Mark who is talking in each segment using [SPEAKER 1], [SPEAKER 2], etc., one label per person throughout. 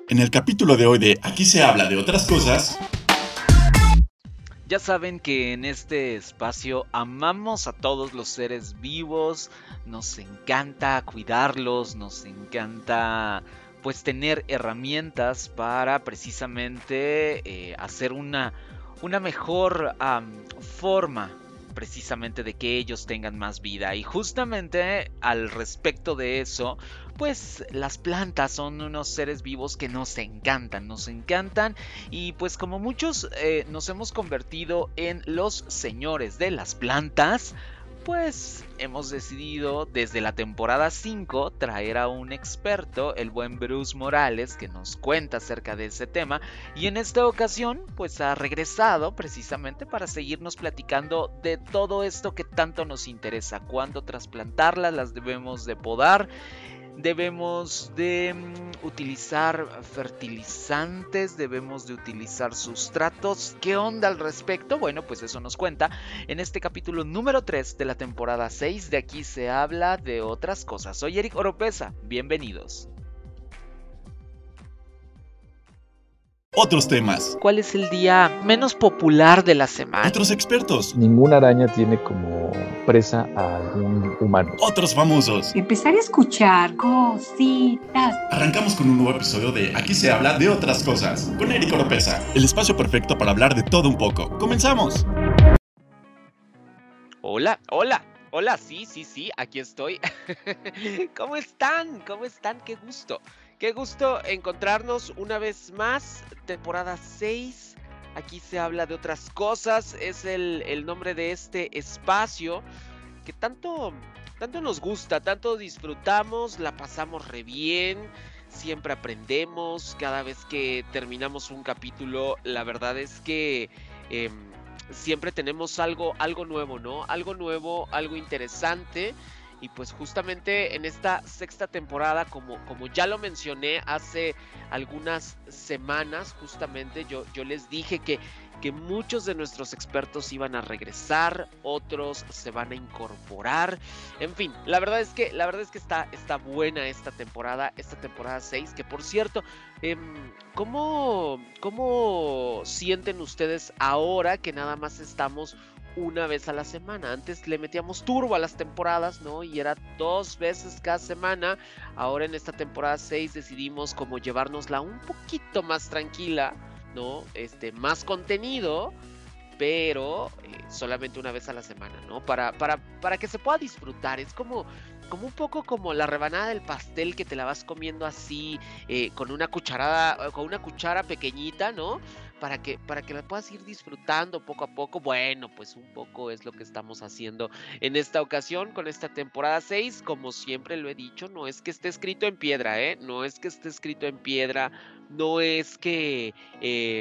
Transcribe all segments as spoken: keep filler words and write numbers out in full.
[SPEAKER 1] En el capítulo de hoy de Aquí se habla de otras cosas.
[SPEAKER 2] Ya saben que en este espacio amamos a todos los seres vivos, nos encanta cuidarlos, nos encanta pues tener herramientas para precisamente eh, hacer una, una mejor um, forma precisamente de que ellos tengan más vida. Y justamente al respecto de eso, pues las plantas son unos seres vivos que nos encantan, nos encantan y pues como muchos eh, nos hemos convertido en los señores de las plantas, pues hemos decidido desde la temporada cinco traer a un experto, el buen Bruce Morales, que nos cuenta acerca de ese tema. Y en esta ocasión, pues ha regresado precisamente para seguirnos platicando de todo esto que tanto nos interesa. Cuándo trasplantarlas, las debemos de podar. Debemos de um, utilizar fertilizantes, debemos de utilizar sustratos. ¿Qué onda al respecto? Bueno, pues eso nos cuenta en este capítulo número tres de la temporada seis de Aquí se habla de otras cosas. Soy Eric Oropesa, bienvenidos.
[SPEAKER 1] Otros temas.
[SPEAKER 2] ¿Cuál es el día menos popular de la semana?
[SPEAKER 1] Otros expertos.
[SPEAKER 3] Ninguna araña tiene como presa a algún humano.
[SPEAKER 1] Otros famosos.
[SPEAKER 4] Empezar a escuchar cositas.
[SPEAKER 1] Arrancamos con un nuevo episodio de Aquí se habla de otras cosas, con Eric Oropesa, el espacio perfecto para hablar de todo un poco. ¡Comenzamos!
[SPEAKER 2] Hola, hola, hola, sí, sí, sí, aquí estoy. ¿Cómo están? ¿Cómo están? Qué gusto. Qué gusto encontrarnos una vez más, temporada seis. Aquí se habla de otras cosas, es el, el nombre de este espacio que tanto, tanto nos gusta, tanto disfrutamos, la pasamos re bien, siempre aprendemos, cada vez que terminamos un capítulo, la verdad es que eh, siempre tenemos algo, algo nuevo, ¿no? Algo nuevo, algo interesante. Y pues justamente en esta sexta temporada, como, como ya lo mencioné hace algunas semanas, justamente yo, yo les dije que, que muchos de nuestros expertos iban a regresar, otros se van a incorporar. En fin, la verdad es que, la verdad es que está, está buena esta temporada, esta temporada seis, que por cierto, eh, ¿cómo, ¿cómo sienten ustedes ahora que nada más estamos una vez a la semana? Antes le metíamos turbo a las temporadas, ¿no? Y era dos veces cada semana. Ahora en esta temporada seis decidimos como llevárnosla un poquito más tranquila, ¿no? Este, más contenido, pero eh, solamente una vez a la semana, ¿no? Para, para, para que se pueda disfrutar. Es como, como un poco como la rebanada del pastel que te la vas comiendo así, eh, con una cucharada, con una cuchara pequeñita, ¿no? Para que, para que la puedas ir disfrutando poco a poco. Bueno, pues un poco es lo que estamos haciendo en esta ocasión con esta temporada seis. Como siempre lo he dicho, no es que esté escrito en piedra, ¿eh? No es que esté escrito en piedra, no es que... Eh,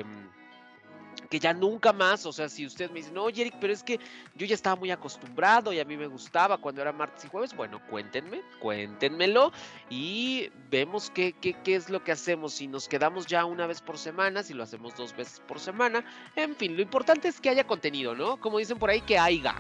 [SPEAKER 2] que ya nunca más, o sea, si ustedes me dicen, no, Eric, pero es que yo ya estaba muy acostumbrado y a mí me gustaba cuando era martes y jueves, bueno, cuéntenme, cuéntenmelo y vemos qué, qué, qué es lo que hacemos, si nos quedamos ya una vez por semana, si lo hacemos dos veces por semana, en fin, lo importante es que haya contenido, ¿no? Como dicen por ahí, que haya,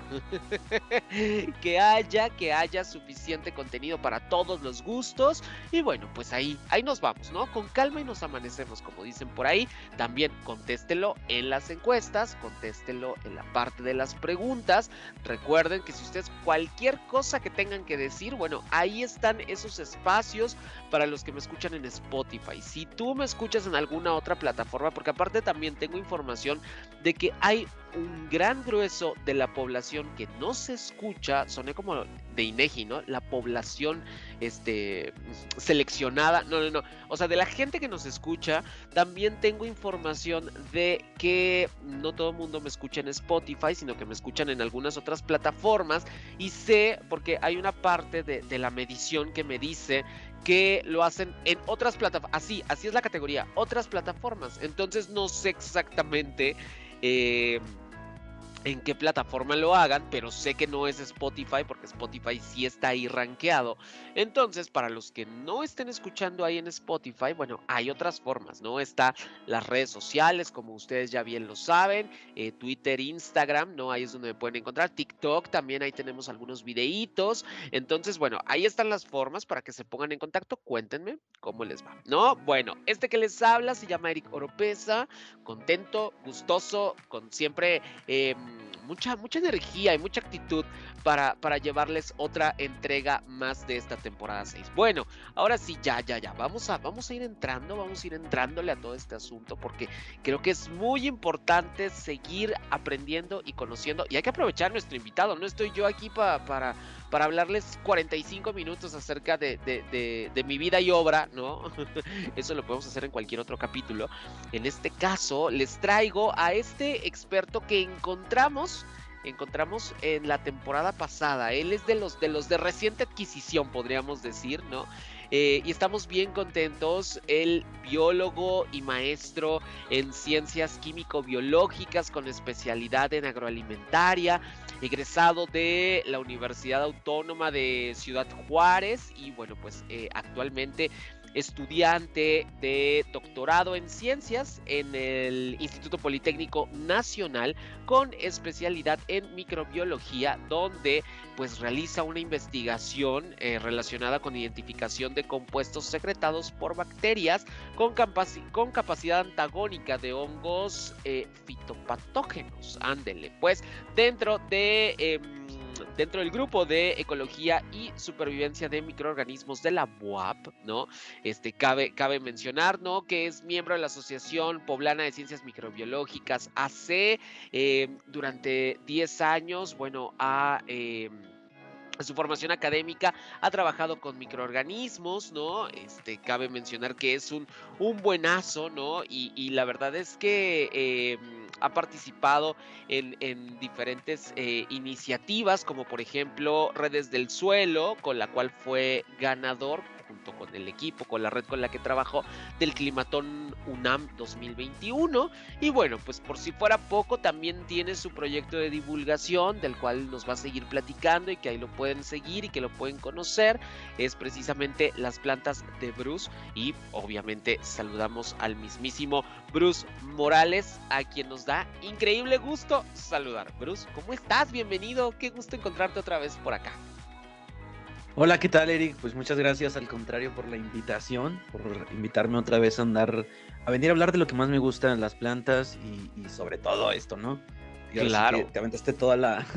[SPEAKER 2] que haya, que haya suficiente contenido para todos los gustos y bueno, pues ahí, ahí nos vamos, ¿no? Con calma y nos amanecemos, como dicen por ahí, también contéstelo en la las encuestas, contéstelo en la parte de las preguntas. Recuerden que si ustedes cualquier cosa que tengan que decir, bueno, ahí están esos espacios para los que me escuchan en Spotify. Si tú me escuchas en alguna otra plataforma, porque aparte también tengo información de que hay un gran grueso de la población que no se escucha, soné como de INEGI, ¿no? La población este, seleccionada, no, no, no, o sea, de la gente que nos escucha, también tengo información de que no todo el mundo me escucha en Spotify, sino que me escuchan en algunas otras plataformas, y sé, porque hay una parte de, de la medición que me dice que lo hacen en otras plataformas, así, así es la categoría, otras plataformas, entonces no sé exactamente... Eh, en qué plataforma lo hagan, pero sé que no es Spotify porque Spotify sí está ahí rankeado. Entonces, para los que no estén escuchando ahí en Spotify, bueno, hay otras formas, ¿no? Está las redes sociales, como ustedes ya bien lo saben, eh, Twitter, Instagram, ¿no? Ahí es donde me pueden encontrar. TikTok también, ahí tenemos algunos videitos. Entonces, bueno, ahí están las formas para que se pongan en contacto. Cuéntenme cómo les va, ¿no? Bueno, este que les habla se llama Eric Oropesa, contento, gustoso, con siempre eh, mucha, mucha energía y mucha actitud para, para llevarles otra entrega más de esta temporada seis. Bueno, ahora sí, ya, ya, ya, vamos a, vamos a ir entrando, vamos a ir entrándole a todo este asunto porque creo que es muy importante seguir aprendiendo y conociendo y hay que aprovechar nuestro invitado. No estoy yo aquí pa, para, para hablarles cuarenta y cinco minutos acerca de, de, de, de mi vida y obra, ¿no? Eso lo podemos hacer en cualquier otro capítulo. En este caso, les traigo a este experto que encontramos encontramos en la temporada pasada. Él es de los de los de reciente adquisición, podríamos decir, ¿no? Eh, y estamos bien contentos. El biólogo y maestro en ciencias químico-biológicas con especialidad en agroalimentaria, egresado de la Universidad Autónoma de Ciudad Juárez y bueno, pues eh, actualmente estudiante de doctorado en ciencias en el Instituto Politécnico Nacional con especialidad en microbiología, donde pues realiza una investigación eh, relacionada con identificación de compuestos secretados por bacterias con, capaci con capacidad antagónica de hongos eh, fitopatógenos. Ándele, pues dentro de... Eh, Dentro del grupo de Ecología y Supervivencia de Microorganismos de la U A P, ¿no? Este, cabe, cabe mencionar, ¿no? Que es miembro de la Asociación Poblana de Ciencias Microbiológicas, A C, eh, durante diez años, bueno, ha... Eh, su formación académica ha trabajado con microorganismos, ¿no? Este, cabe mencionar que es un, un buenazo, ¿no? Y, y la verdad es que eh, ha participado en, en diferentes eh, iniciativas, como por ejemplo Redes del Suelo, con la cual fue ganador junto con el equipo, con la red con la que trabajó, del Climatón UNAM dos mil veintiuno. Y bueno, pues por si fuera poco, también tiene su proyecto de divulgación, del cual nos va a seguir platicando y que ahí lo pueden seguir y que lo pueden conocer. Es precisamente Las Plantas de Bruce. Y obviamente saludamos al mismísimo Bruce Morales, a quien nos da increíble gusto saludar. Bruce, ¿cómo estás? Bienvenido. Qué gusto encontrarte otra vez por acá.
[SPEAKER 5] Hola, ¿qué tal, Eric? Pues muchas gracias, al contrario, por la invitación, por invitarme otra vez a andar, a venir a hablar de lo que más me gusta, las plantas y, y sobre todo esto, ¿no? Y
[SPEAKER 2] claro.
[SPEAKER 5] Sí te aventaste toda la,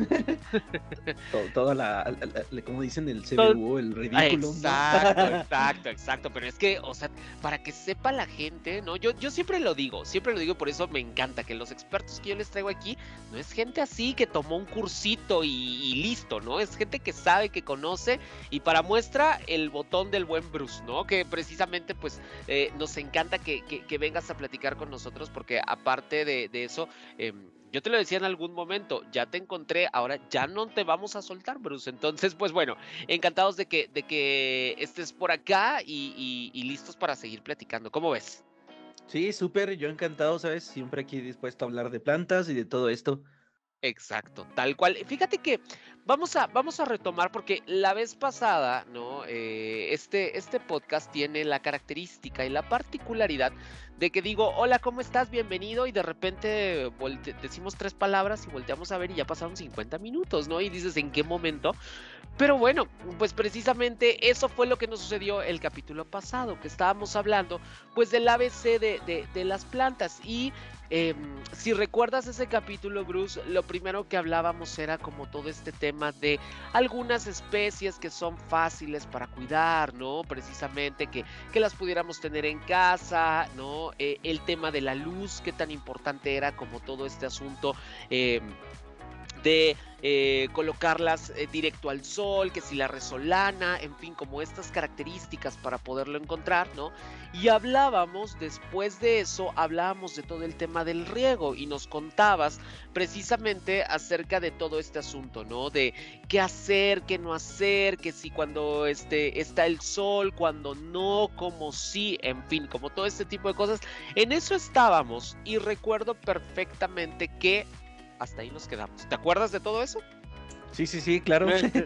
[SPEAKER 5] todo, toda la, la, la, como dicen, el C B U, el ridículo.
[SPEAKER 2] Exacto,
[SPEAKER 5] ¿no?
[SPEAKER 2] exacto, exacto, pero es que, o sea, para que sepa la gente, ¿no? Yo, yo siempre lo digo, siempre lo digo, por eso me encanta que los expertos que yo les traigo aquí, no es gente así que tomó un cursito y, y listo, ¿no? Es gente que sabe, que conoce, y para muestra el botón del buen Bruce, ¿no? Que precisamente, pues, eh, nos encanta que, que, que vengas a platicar con nosotros, porque aparte de, de eso, eh, yo te lo decía en algún momento, ya te encontré, ahora ya no te vamos a soltar, Bruce. Entonces, pues bueno, encantados de que, de que estés por acá y, y, y listos para seguir platicando. ¿Cómo ves?
[SPEAKER 5] Sí, súper, yo encantado, ¿sabes? Siempre aquí dispuesto a hablar de plantas y de todo esto.
[SPEAKER 2] Exacto, tal cual. Fíjate que vamos a, vamos a retomar porque la vez pasada, ¿no? Eh, este, este podcast tiene la característica y la particularidad de que digo, hola, ¿cómo estás? Bienvenido, y de repente decimos tres palabras y volteamos a ver y ya pasaron cincuenta minutos, ¿no? Y dices, ¿en qué momento? Pero bueno, pues precisamente eso fue lo que nos sucedió el capítulo pasado, que estábamos hablando pues del A B C de, de, de las plantas. Y eh, si recuerdas ese capítulo, Bruce, lo primero que hablábamos era como todo este tema de algunas especies que son fáciles para cuidar, ¿no? Precisamente que, que las pudiéramos tener en casa, ¿no? Eh, el tema de la luz, qué tan importante era como todo este asunto eh, de eh, colocarlas eh, directo al sol, que si la resolana, en fin, como estas características para poderlo encontrar, ¿no? Y hablábamos, después de eso, hablábamos de todo el tema del riego y nos contabas precisamente acerca de todo este asunto, ¿no? De qué hacer, qué no hacer, que si cuando este, está el sol, cuando no, como sí, en fin, como todo este tipo de cosas. En eso estábamos y recuerdo perfectamente que hasta ahí nos quedamos. ¿Te acuerdas de todo eso?
[SPEAKER 5] Sí, sí, sí, claro.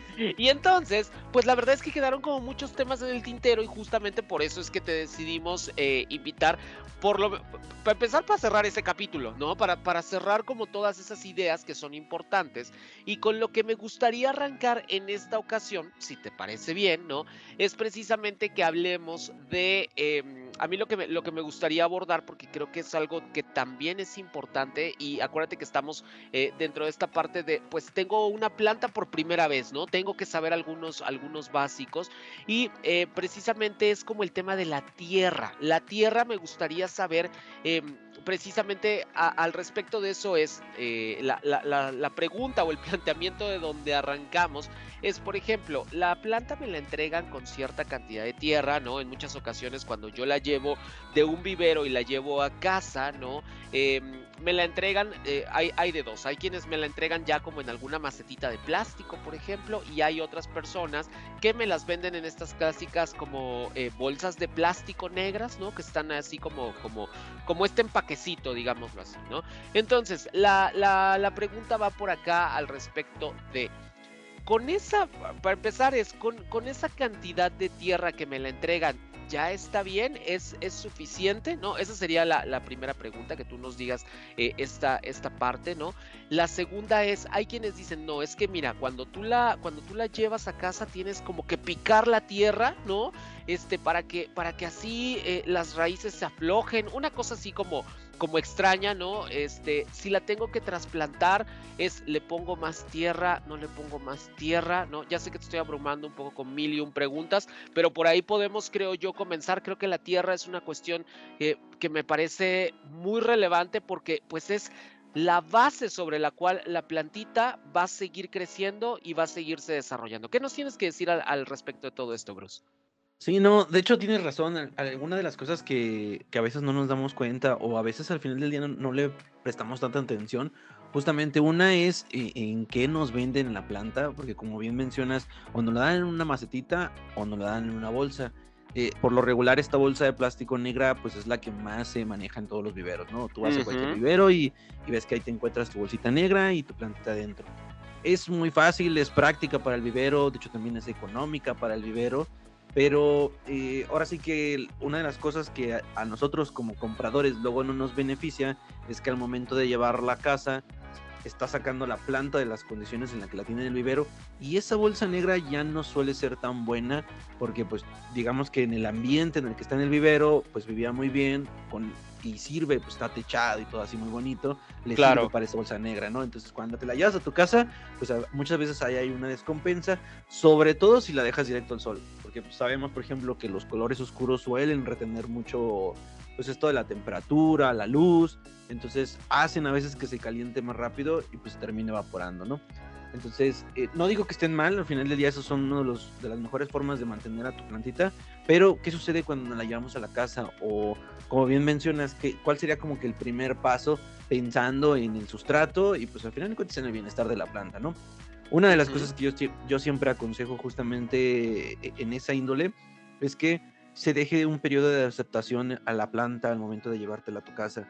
[SPEAKER 2] Y entonces, pues la verdad es que quedaron como muchos temas en el tintero y justamente por eso es que te decidimos eh, invitar, por lo para empezar, para cerrar ese capítulo, ¿no? Para, para cerrar como todas esas ideas que son importantes y con lo que me gustaría arrancar en esta ocasión, si te parece bien, ¿no? Es precisamente que hablemos de, eh, a mí lo que, me, lo que me gustaría abordar, porque creo que es algo que también es importante y acuérdate que estamos eh, dentro de esta parte de, pues tengo una planta por primera vez, ¿no? Tengo que saber algunos, algunos básicos y eh, precisamente es como el tema de la tierra. La tierra me gustaría saber, eh, precisamente a, al respecto de eso es eh, la, la, la, la pregunta o el planteamiento de donde arrancamos es, por ejemplo, la planta me la entregan con cierta cantidad de tierra, ¿no? En muchas ocasiones cuando yo la llevo de un vivero y la llevo a casa, ¿no? Eh, me la entregan, eh, hay, hay de dos, hay quienes me la entregan ya como en alguna macetita de plástico, por ejemplo, y hay otras personas que me las venden en estas clásicas como eh, bolsas de plástico negras, ¿no? Que están así como, como, como este empaquecito, digámoslo así, ¿no? Entonces, la, la, la pregunta va por acá al respecto de... Con esa, para empezar, es con, con esa cantidad de tierra que me la entregan, ¿ya está bien? ¿Es, es suficiente? ¿No? Esa sería la, la primera pregunta, que tú nos digas eh, esta, esta parte, ¿no? La segunda es, hay quienes dicen, no, es que mira, cuando tú la, cuando tú la llevas a casa tienes como que picar la tierra, ¿no? Este, para que, para que así eh, las raíces se aflojen, una cosa así como, como extraña, ¿no? Este, si la tengo que trasplantar, es, le pongo más tierra, no le pongo más tierra, ¿no? Ya sé que te estoy abrumando un poco con mil y un preguntas, pero por ahí podemos, creo yo, comenzar. Creo que la tierra es una cuestión eh, que me parece muy relevante porque, pues, es la base sobre la cual la plantita va a seguir creciendo y va a seguirse desarrollando. ¿Qué nos tienes que decir al, al respecto de todo esto, Bruce?
[SPEAKER 5] Sí, no, de hecho tienes razón. al- Alguna de las cosas que, que a veces no nos damos cuenta o a veces al final del día no, no le prestamos tanta atención, justamente una es eh, en qué nos venden la planta, porque como bien mencionas, o nos la dan en una macetita o nos la dan en una bolsa. Eh, por lo regular esta bolsa de plástico negra pues es la que más se maneja en todos los viveros, ¿no? Tú vas a cualquier
[SPEAKER 2] Ujú.
[SPEAKER 5] vivero y, y ves que ahí te encuentras tu bolsita negra y tu plantita adentro. Es muy fácil, es práctica para el vivero, de hecho también es económica para el vivero, pero eh, ahora sí que una de las cosas que a, a nosotros como compradores luego no nos beneficia es que al momento de llevarla a casa está sacando la planta de las condiciones en las que la tiene en el vivero y esa bolsa negra ya no suele ser tan buena porque pues digamos que en el ambiente en el que está en el vivero pues vivía muy bien con, y sirve, pues está techado y todo así muy bonito, le
[SPEAKER 2] Claro.
[SPEAKER 5] sirve para esa bolsa negra, ¿no? Entonces cuando te la llevas a tu casa pues a, muchas veces ahí hay una descompensa, sobre todo si la dejas directo al sol, porque pues, sabemos por ejemplo que los colores oscuros suelen retener mucho pues esto de la temperatura, la luz, entonces hacen a veces que se caliente más rápido y pues termine evaporando, ¿no? Entonces, eh, no digo que estén mal, al final del día esos son uno de, los, de las mejores formas de mantener a tu plantita, pero ¿qué sucede cuando la llevamos a la casa? O como bien mencionas, ¿qué, ¿cuál sería como que el primer paso pensando en el sustrato y pues al final de cuentas en el bienestar de la planta, ¿no? Una de las
[SPEAKER 2] Ujú.
[SPEAKER 5] cosas que yo, yo siempre aconsejo justamente en esa índole es que se deje un periodo de aceptación a la planta al momento de llevártela a tu casa.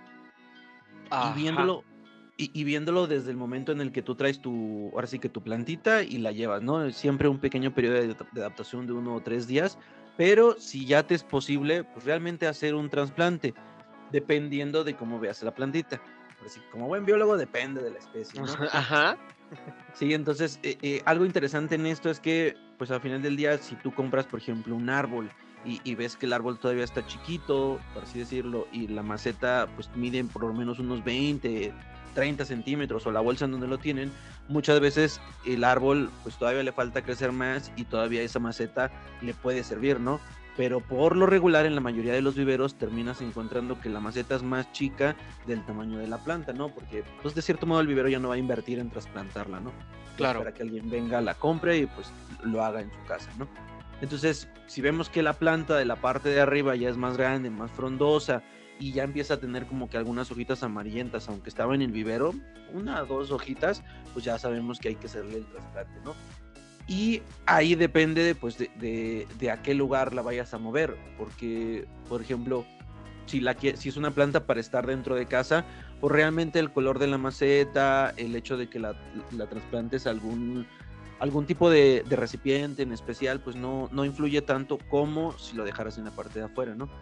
[SPEAKER 5] Y
[SPEAKER 2] Ajá.
[SPEAKER 5] viéndolo, y, y viéndolo desde el momento en el que tú traes tu, ahora sí que tu plantita y la llevas, ¿no? Siempre un pequeño periodo de, de adaptación de uno o tres días, pero si ya te es posible, pues realmente hacer un trasplante, dependiendo de cómo veas la plantita. Así como buen biólogo depende de la especie, ¿no?
[SPEAKER 2] Ajá.
[SPEAKER 5] Sí, entonces eh, eh, algo interesante en esto es que, pues al final del día, si tú compras, por ejemplo, un árbol y, y ves que el árbol todavía está chiquito, por así decirlo, y la maceta, pues mide por lo menos unos veinte, treinta centímetros o la bolsa en donde lo tienen, muchas veces el árbol, pues todavía le falta crecer más y todavía esa maceta le puede servir, ¿no? Pero por lo regular en la mayoría de los viveros terminas encontrando que la maceta es más chica del tamaño de la planta, ¿no? Porque pues de cierto modo el vivero ya no va a invertir en trasplantarla, ¿no?
[SPEAKER 2] Claro.
[SPEAKER 5] Para que alguien venga, la compre y pues lo haga en su casa, ¿no? Entonces, si vemos que la planta de la parte de arriba ya es más grande, más frondosa y ya empieza a tener como que algunas hojitas amarillentas, aunque estaba en el vivero, una o dos hojitas, pues ya sabemos que hay que hacerle el trasplante, ¿no? Y ahí depende de, pues, de, de, de a qué lugar la vayas a mover, porque, por ejemplo, si, la, si es una planta para estar dentro de casa, o realmente el color de la maceta, el hecho de que la, la trasplantes a algún, algún tipo de, de recipiente en especial, pues no, no influye tanto como si lo dejaras en la parte de afuera, ¿no?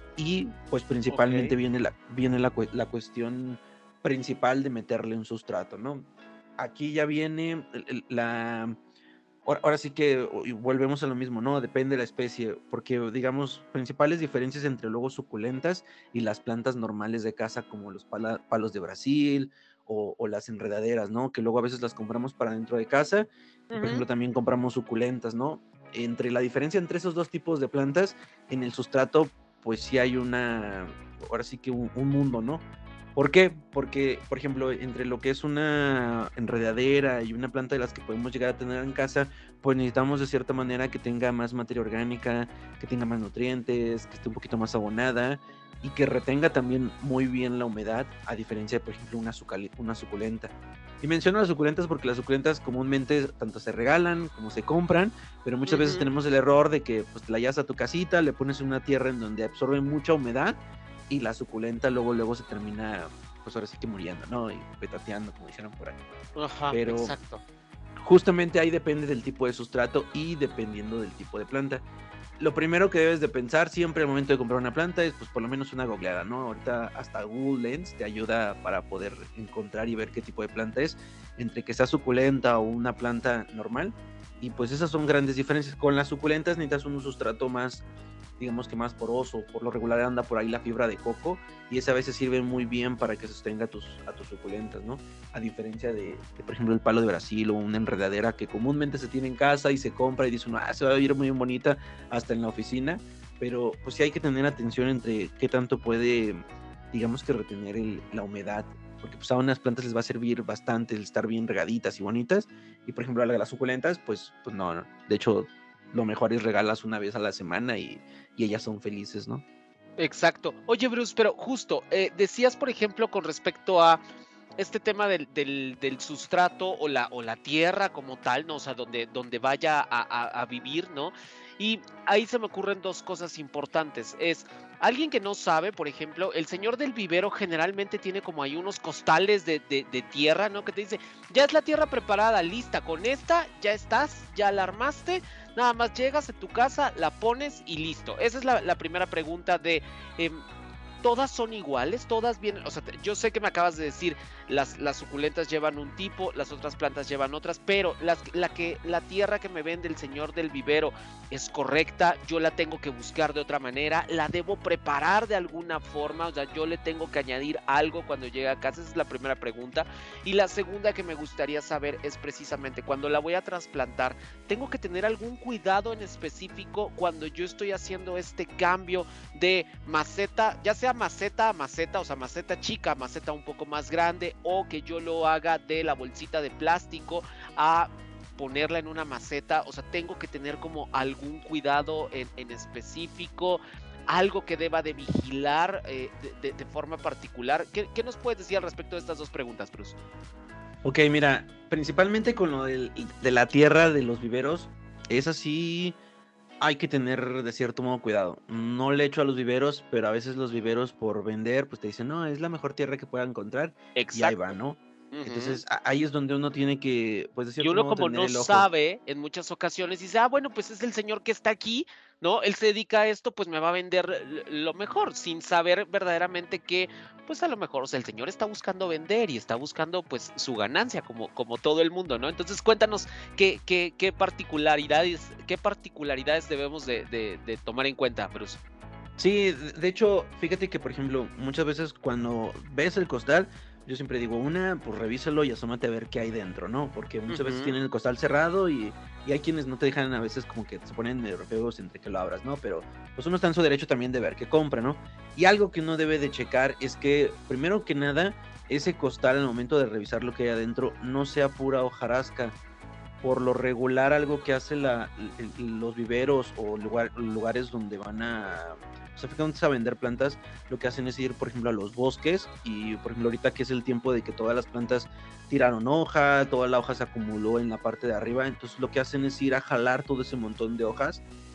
[SPEAKER 5] Y pues principalmente okay. viene, la, viene la, la cuestión principal de meterle un sustrato, ¿no? Aquí ya viene la... Ahora sí que volvemos a lo mismo, ¿no? Depende de la especie, porque digamos, principales diferencias entre luego suculentas y las plantas normales de casa, como los pala, palos de Brasil o, o las enredaderas, ¿no? Que luego a veces las compramos para dentro de casa, uh-huh. y por ejemplo también compramos suculentas, ¿no? Entre la diferencia entre esos dos tipos de plantas, en el sustrato, pues sí hay una, ahora sí que un, un mundo, ¿no? ¿Por qué? Porque, por ejemplo, entre lo que es una enredadera y una planta de las que podemos llegar a tener en casa, pues necesitamos de cierta manera que tenga más materia orgánica, que tenga más nutrientes, que esté un poquito más abonada y que retenga también muy bien la humedad, a diferencia de, por ejemplo, una, sucul- una suculenta. Y menciono las suculentas porque las suculentas comúnmente tanto se regalan como se compran, pero muchas uh-huh. veces tenemos el error de que pues, la llevas a tu casita, le pones una tierra en donde absorbe mucha humedad, y la suculenta luego luego se termina, pues ahora sí que muriendo, ¿no? Y petateando, como dijeron por ahí.
[SPEAKER 2] Ajá,
[SPEAKER 5] pero
[SPEAKER 2] exacto.
[SPEAKER 5] Justamente ahí depende del tipo de sustrato y dependiendo del tipo de planta. Lo primero que debes de pensar siempre al momento de comprar una planta es pues por lo menos una googleada, ¿no? Ahorita hasta Google Lens te ayuda para poder encontrar y ver qué tipo de planta es, entre que sea suculenta o una planta normal. Y pues esas son grandes diferencias. Con las suculentas necesitas un sustrato más, digamos que más poroso. Por lo regular anda por ahí la fibra de coco y esa a veces sirve muy bien para que sostenga a tus, a tus suculentas, ¿no? A diferencia de, de, por ejemplo, el palo de Brasil o una enredadera que comúnmente se tiene en casa y se compra y dice uno, ah, se va a ver muy bonita hasta en la oficina, pero pues sí hay que tener atención entre qué tanto puede, digamos que retener el, la humedad, porque pues a unas plantas les va a servir bastante el estar bien regaditas y bonitas, y por ejemplo a las suculentas, pues, pues no, no, de hecho lo mejor es regalas una vez a la semana y, y ellas son felices, ¿no?
[SPEAKER 2] Exacto. Oye, Bruce, pero justo, eh, decías, por ejemplo, con respecto a este tema del, del, del sustrato o la, o la tierra como tal, ¿no? O sea, donde, donde vaya a, a, a vivir, ¿no? Y ahí se me ocurren dos cosas importantes. Es, alguien que no sabe, por ejemplo, el señor del vivero generalmente tiene como ahí unos costales de, de, de tierra, ¿no? Que te dice, ya es la tierra preparada, lista, con esta ya estás, ya la armaste, nada más llegas a tu casa, la pones y listo. Esa es la, la primera pregunta de... Eh, ¿todas son iguales? ¿Todas vienen? O sea, yo sé que me acabas de decir, las, las suculentas llevan un tipo, las otras plantas llevan otras, pero las, la, que, la tierra que me vende el señor del vivero es correcta, yo la tengo que buscar de otra manera, la debo preparar de alguna forma, o sea, yo le tengo que añadir algo cuando llegue a casa. Esa es la primera pregunta. Y la segunda que me gustaría saber es precisamente, cuando la voy a trasplantar, ¿tengo que tener algún cuidado en específico cuando yo estoy haciendo este cambio de maceta, ya sea maceta a maceta, o sea, maceta chica, maceta un poco más grande, o que yo lo haga de la bolsita de plástico a ponerla en una maceta? O sea, tengo que tener como algún cuidado en, en específico, algo que deba de vigilar eh, de, de, de forma particular. ¿Qué, ¿Qué nos puedes decir al respecto de estas dos preguntas, Bruce?
[SPEAKER 5] Ok, mira, principalmente con lo del, de la tierra de los viveros, es así... Hay que tener de cierto modo cuidado. No le echo a los viveros, pero a veces los viveros por vender, pues te dicen, no, es la mejor tierra que pueda encontrar. Exacto. Y ahí va, ¿no? Uh-huh. Entonces ahí es donde uno tiene que, pues de cierto
[SPEAKER 2] y uno
[SPEAKER 5] modo,
[SPEAKER 2] como
[SPEAKER 5] tener
[SPEAKER 2] no
[SPEAKER 5] el ojo.
[SPEAKER 2] Sabe, en muchas ocasiones dice, ah, bueno, pues es el señor que está aquí, ¿no? Él se dedica a esto, pues me va a vender lo mejor, sin saber verdaderamente que, pues a lo mejor, o sea, el señor está buscando vender y está buscando, pues, su ganancia, como, como todo el mundo, ¿no? Entonces, cuéntanos qué, qué, qué particularidades, qué particularidades debemos de, de, de tomar en cuenta, Bruce.
[SPEAKER 5] Sí, de hecho, fíjate que, por ejemplo, muchas veces cuando ves el costal, yo siempre digo, una, pues revísalo y asómate a ver qué hay dentro, ¿no? Porque muchas uh-huh. veces tienen el costal cerrado y, y hay quienes no te dejan, a veces como que se ponen medio feos entre que lo abras, ¿no? Pero pues uno está en su derecho también de ver qué compra, ¿no? Y algo que uno debe de checar es que, primero que nada, ese costal al momento de revisar lo que hay adentro no sea pura hojarasca. Por lo regular, algo que hace la, los viveros o lugar, lugares donde van a, o sea, fíjate, a vender plantas, lo que hacen es ir, por ejemplo, a los bosques y, por ejemplo, ahorita que es el tiempo de que todas las plantas tiraron hoja, toda la hoja se acumuló en la parte de arriba, entonces lo que hacen es ir a jalar todo ese montón de hojas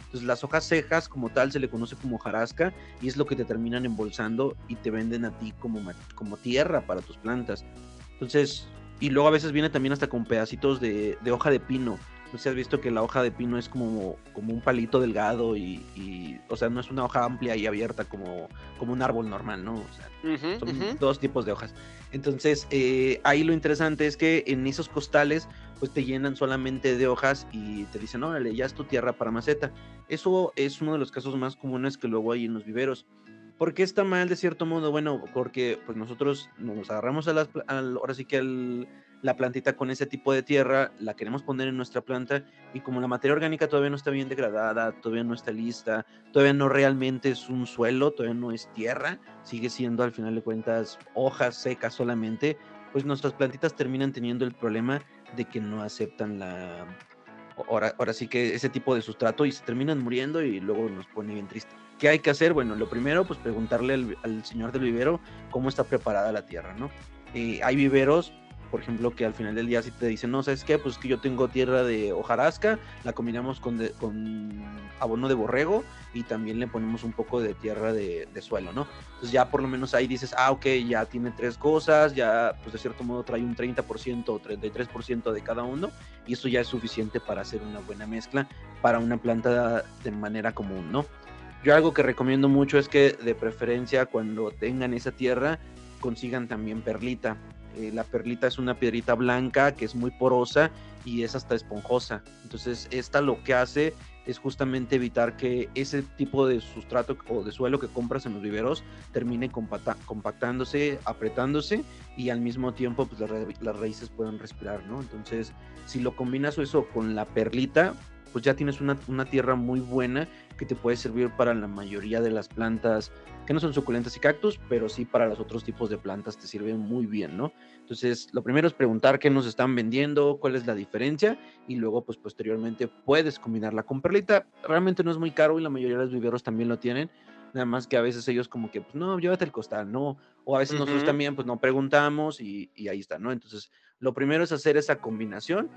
[SPEAKER 5] Entonces las hojas secas como tal se le conoce como hojarasca y es lo que te terminan embolsando y te venden a ti como, como tierra para tus plantas. Entonces, y luego a veces viene también hasta con pedacitos de, de hoja de pino. No sé si has visto que la hoja de pino es como, como un palito delgado y, y, o sea, no es una hoja amplia y abierta como, como un árbol normal, ¿no? O sea,
[SPEAKER 2] Uh-huh,
[SPEAKER 5] son
[SPEAKER 2] uh-huh.
[SPEAKER 5] dos tipos de hojas. Entonces, eh, ahí lo interesante es que en esos costales, pues te llenan solamente de hojas y te dicen, órale, ya es tu tierra para maceta. Eso es uno de los casos más comunes que luego hay en los viveros. ¿Por qué está mal de cierto modo? Bueno, porque pues nosotros nos agarramos a las, al, ahora sí que al, la plantita con ese tipo de tierra, la queremos poner en nuestra planta y como la materia orgánica todavía no está bien degradada, todavía no está lista, todavía no realmente es un suelo, todavía no es tierra, sigue siendo al final de cuentas hojas secas solamente, pues nuestras plantitas terminan teniendo el problema de que no aceptan la... Ahora, ahora sí que ese tipo de sustrato y se terminan muriendo y luego nos pone bien triste. ¿Qué hay que hacer? Bueno, lo primero, pues preguntarle al, al señor del vivero cómo está preparada la tierra, ¿no? Eh, hay viveros, por ejemplo, que al final del día sí te dicen, no, ¿sabes qué? Pues que yo tengo tierra de hojarasca, la combinamos con, de, con abono de borrego y también le ponemos un poco de tierra de, de suelo, ¿no? Entonces ya por lo menos ahí dices, ah, ok, ya tiene tres cosas, ya pues de cierto modo trae un treinta por ciento o treinta y tres por ciento de cada uno y eso ya es suficiente para hacer una buena mezcla para una planta de manera común, ¿no? Yo algo que recomiendo mucho es que de preferencia cuando tengan esa tierra consigan también perlita. Eh, la perlita es una piedrita blanca que es muy porosa y es hasta esponjosa. Entonces esta lo que hace es justamente evitar que ese tipo de sustrato o de suelo que compras en los viveros termine compacta- compactándose, apretándose y al mismo tiempo pues las, ra- las raíces puedan respirar, ¿no? Entonces si lo combinas eso con la perlita, pues ya tienes una, una tierra muy buena que te puede servir para la mayoría de las plantas que no son suculentas y cactus, pero sí para los otros tipos de plantas te sirven muy bien, ¿no? Entonces, lo primero es preguntar qué nos están vendiendo, cuál es la diferencia, y luego, pues posteriormente puedes combinarla con perlita. Realmente no es muy caro y la mayoría de los viveros también lo tienen, nada más que a veces ellos como que, pues no, llévate el costal, ¿no? O a veces uh-huh. nosotros también, pues no preguntamos y, y ahí está, ¿no? Entonces, lo primero es hacer esa combinación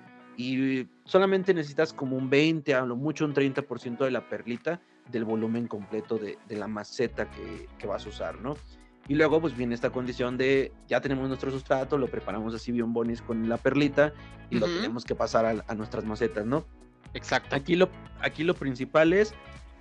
[SPEAKER 5] y solamente necesitas como un veinte, a lo mucho un treinta por ciento de la perlita del volumen completo de, de la maceta que, que vas a usar, ¿no? Y luego pues viene esta condición de ya tenemos nuestro sustrato, lo preparamos así bien bonis con la perlita y uh-huh. lo tenemos que pasar a, a nuestras macetas, ¿no?
[SPEAKER 2] Exacto.
[SPEAKER 5] Aquí lo, aquí lo principal es,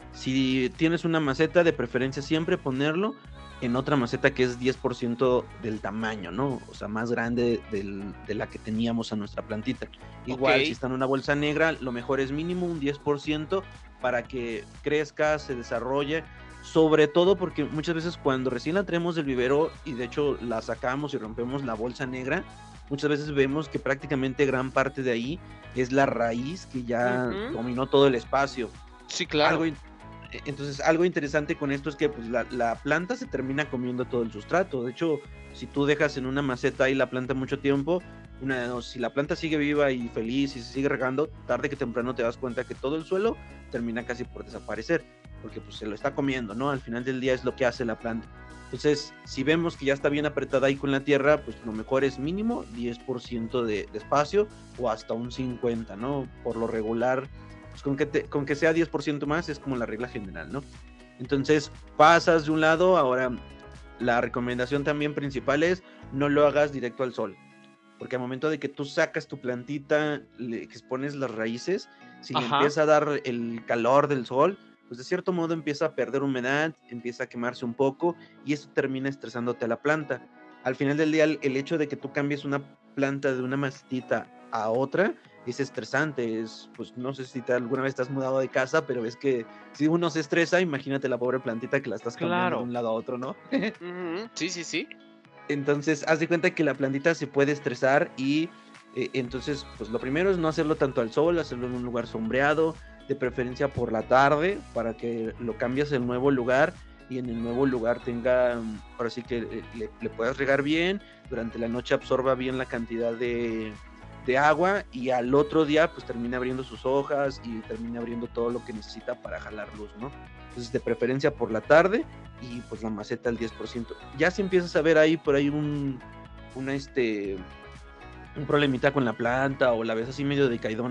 [SPEAKER 5] si tienes una maceta, de preferencia siempre ponerlo en otra maceta que es diez por ciento del tamaño, ¿no? O sea, más grande del, de la que teníamos a nuestra plantita. Igual, okay. si está en una bolsa negra, lo mejor es mínimo un diez por ciento para que crezca, se desarrolle, sobre todo porque muchas veces cuando recién la traemos del vivero y de hecho la sacamos y rompemos la bolsa negra, muchas veces vemos que prácticamente gran parte de ahí es la raíz que ya uh-huh. dominó todo el espacio.
[SPEAKER 2] Sí, claro.
[SPEAKER 5] Algo, entonces, algo interesante con esto es que pues, la, la planta se termina comiendo todo el sustrato. De hecho, si tú dejas en una maceta ahí la planta mucho tiempo, una, si la planta sigue viva y feliz y se sigue regando, tarde que temprano te das cuenta que todo el suelo termina casi por desaparecer, porque pues se lo está comiendo, ¿no? Al final del día es lo que hace la planta. Entonces, si vemos que ya está bien apretada ahí con la tierra, pues lo mejor es mínimo diez por ciento de, de espacio o hasta un cincuenta por ciento, ¿no? Por lo regular, pues con que, te, con que sea diez por ciento más es como la regla general, ¿no? Entonces, pasas de un lado, ahora la recomendación también principal es no lo hagas directo al sol, porque al momento de que tú sacas tu plantita, le expones las raíces, si Ajá. le empieza a dar el calor del sol, pues de cierto modo empieza a perder humedad, empieza a quemarse un poco y eso termina estresándote a la planta. Al final del día, el hecho de que tú cambies una planta de una macetita a otra es estresante, es, pues no sé si te, alguna vez te has mudado de casa, pero es que si uno se estresa, imagínate la pobre plantita que la estás cambiando claro. de un lado a otro, ¿no?
[SPEAKER 2] uh-huh. Sí, sí, sí.
[SPEAKER 5] Entonces, haz de cuenta que la plantita se puede estresar y eh, entonces, pues lo primero es no hacerlo tanto al sol, hacerlo en un lugar sombreado, de preferencia por la tarde, para que lo cambies al nuevo lugar y en el nuevo lugar tenga, ahora sí que le, le puedas regar bien, durante la noche absorba bien la cantidad de, de agua y al otro día pues termina abriendo sus hojas y termina abriendo todo lo que necesita para jalar luz, ¿no? Entonces de preferencia por la tarde y pues la maceta al diez por ciento. Ya si empiezas a ver ahí por ahí un, una este... un problemita con la planta o la ves así medio decaidona,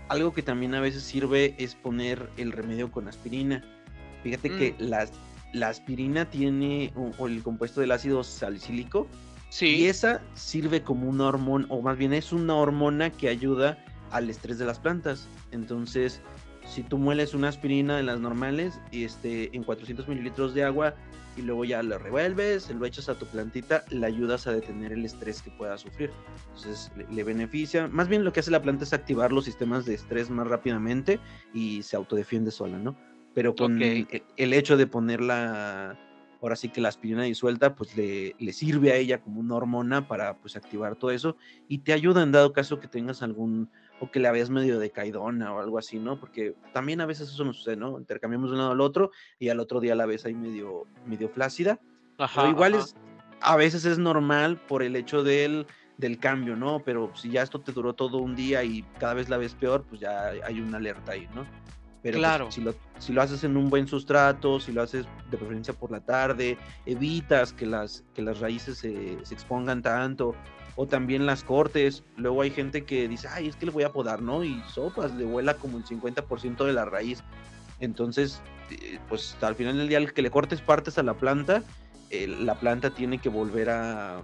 [SPEAKER 5] algo que también a veces sirve es poner el remedio con aspirina. Fíjate mm. que la, la aspirina tiene o, o el compuesto del ácido salicílico. Sí. Y esa sirve como una hormona, o más bien es una hormona que ayuda al estrés de las plantas. Entonces, si tú mueles una aspirina de las normales y este, en cuatrocientos mililitros de agua y luego ya lo revuelves, lo echas a tu plantita, le ayudas a detener el estrés que pueda sufrir. Entonces, le, le beneficia. Más bien lo que hace la planta es activar los sistemas de estrés más rápidamente y se autodefiende sola, ¿no? Pero con okay. el, el hecho de ponerla... ahora sí que la aspirina disuelta, pues le, le sirve a ella como una hormona para pues activar todo eso y te ayuda en dado caso que tengas algún, o que la veas medio decaidona o algo así, ¿no? Porque también a veces eso nos sucede, ¿no? Intercambiamos de un lado al otro y al otro día la ves ahí medio, medio flácida. Ajá, pero igual ajá. es, a veces es normal por el hecho del, del cambio, ¿no? Pero si ya esto te duró todo un día y cada vez la ves peor, pues ya hay una alerta ahí, ¿no? Pero claro. pues, si, lo, si lo haces en un buen sustrato, si lo haces de preferencia por la tarde, evitas que las, que las raíces se, se expongan tanto, o también las cortes. Luego hay gente que dice, ay, es que le voy a podar, ¿no? Y sopas, le vuela como el cincuenta por ciento de la raíz. Entonces, eh, pues al final del día, el que le cortes partes a la planta, eh, la planta tiene que volver a,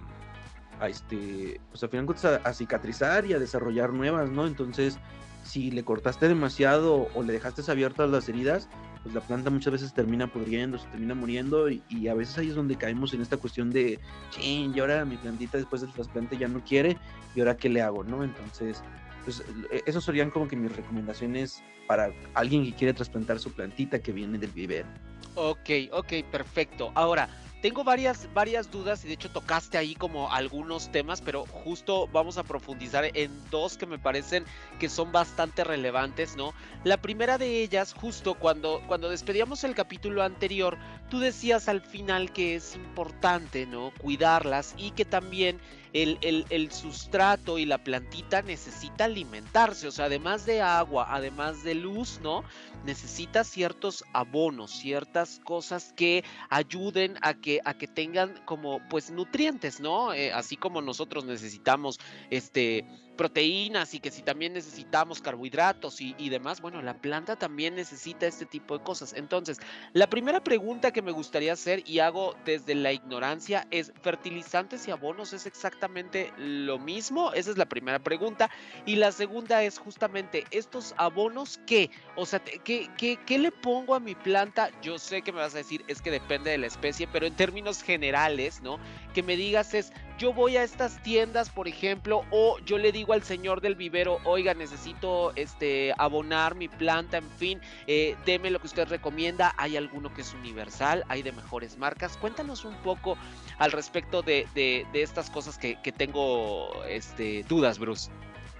[SPEAKER 5] a este, pues al final a, a cicatrizar y a desarrollar nuevas, ¿no? Entonces, si le cortaste demasiado o le dejaste abiertas las heridas, pues la planta muchas veces termina pudriendo, se termina muriendo y, y a veces ahí es donde caemos en esta cuestión de, ching, y ahora mi plantita después del trasplante ya no quiere, y ahora qué le hago, ¿no? Entonces, pues esos serían como que mis recomendaciones para alguien que quiere trasplantar su plantita que viene del vivero.
[SPEAKER 2] Ok, ok, perfecto. Ahora, tengo varias, varias dudas y de hecho tocaste ahí como algunos temas, pero justo vamos a profundizar en dos que me parecen que son bastante relevantes, ¿no? La primera de ellas, justo cuando, cuando despedíamos el capítulo anterior, tú decías al final que es importante, ¿no? Cuidarlas y que también el, el, el sustrato y la plantita necesita alimentarse, o sea, además de agua, además de luz, ¿no? Necesita ciertos abonos, ciertas cosas que ayuden a que, a que tengan como pues nutrientes, ¿no? Eh, así como nosotros necesitamos este, proteínas y que si también necesitamos carbohidratos y, y demás, bueno, la planta también necesita este tipo de cosas. Entonces, la primera pregunta que me gustaría hacer y hago desde la ignorancia es, ¿fertilizantes y abonos es exactamente lo mismo? Esa es la primera pregunta. Y la segunda es justamente, ¿estos abonos qué? O sea, ¿qué, qué, qué le pongo a mi planta? Yo sé que me vas a decir, es que depende de la especie, pero en términos generales, ¿no? Que me digas es, yo voy a estas tiendas, por ejemplo, o yo le digo al señor del vivero, oiga, necesito este, abonar mi planta, en fin, eh, deme lo que usted recomienda. ¿Hay alguno que es universal? ¿Hay de mejores marcas? Cuéntanos un poco al respecto de, de, de estas cosas que, que tengo este, dudas, Bruce.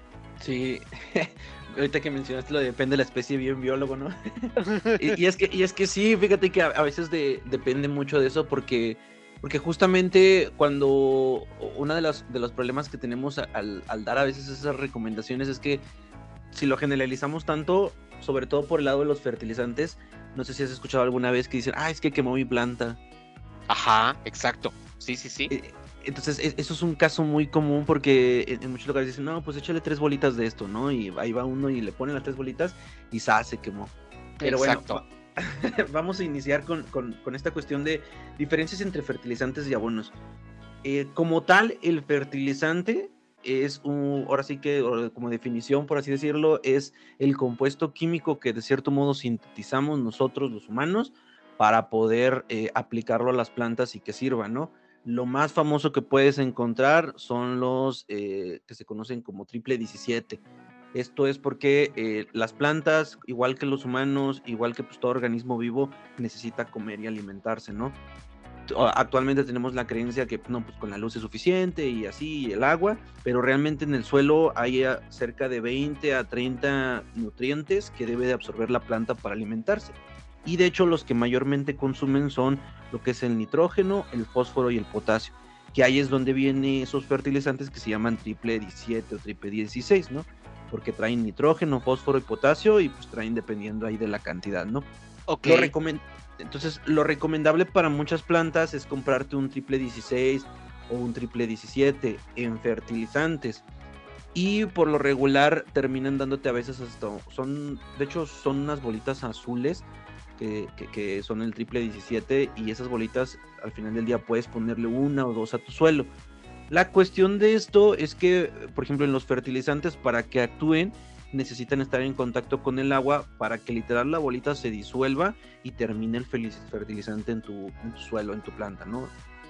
[SPEAKER 5] Sí, ahorita que mencionaste lo de depende de la especie, bien biólogo, ¿no? y, y, es que, y es que sí, fíjate que a, a veces de, depende mucho de eso porque... Porque justamente cuando uno de los, de los problemas que tenemos al, al dar a veces esas recomendaciones es que si lo generalizamos tanto, sobre todo por el lado de los fertilizantes, no sé si has escuchado alguna vez que dicen, ah, es que quemó mi planta.
[SPEAKER 2] Ajá, exacto, sí, sí, sí.
[SPEAKER 5] Entonces eso es un caso muy común porque en muchos lugares dicen, no, pues échale tres bolitas de esto, ¿no? Y ahí va uno y le ponen las tres bolitas y ¡zas! Se quemó. Pero exacto. Bueno, vamos a iniciar con, con, con esta cuestión de diferencias entre fertilizantes y abonos. Eh, como tal, el fertilizante es un, ahora sí que, como definición, por así decirlo, es el compuesto químico que de cierto modo sintetizamos nosotros los humanos para poder eh, aplicarlo a las plantas y que sirva, ¿no? Lo más famoso que puedes encontrar son los eh, que se conocen como triple diecisiete. Esto es porque eh, las plantas, igual que los humanos, igual que pues, todo organismo vivo, necesita comer y alimentarse, ¿no? Actualmente tenemos la creencia que no, pues con la luz es suficiente y así, el agua, pero realmente en el suelo hay cerca de veinte a treinta nutrientes que debe de absorber la planta para alimentarse. Y de hecho los que mayormente consumen son lo que es el nitrógeno, el fósforo y el potasio, que ahí es donde vienen esos fertilizantes que se llaman triple diecisiete o triple dieciséis, ¿no? Porque traen nitrógeno, fósforo y potasio y pues traen dependiendo ahí de la cantidad, ¿no? Ok. Lo recomend- Entonces, lo recomendable para muchas plantas es comprarte un triple dieciséis o un triple diecisiete en fertilizantes. Y por lo regular terminan dándote a veces hasta, son, de hecho son unas bolitas azules que, que, que son el triple diecisiete, y esas bolitas al final del día puedes ponerle una o dos a tu suelo. La cuestión de esto es que, por ejemplo, en los fertilizantes, para que actúen, necesitan estar en contacto con el agua para que literal la bolita se disuelva y termine el fertilizante en tu, en tu suelo, en tu planta, ¿no?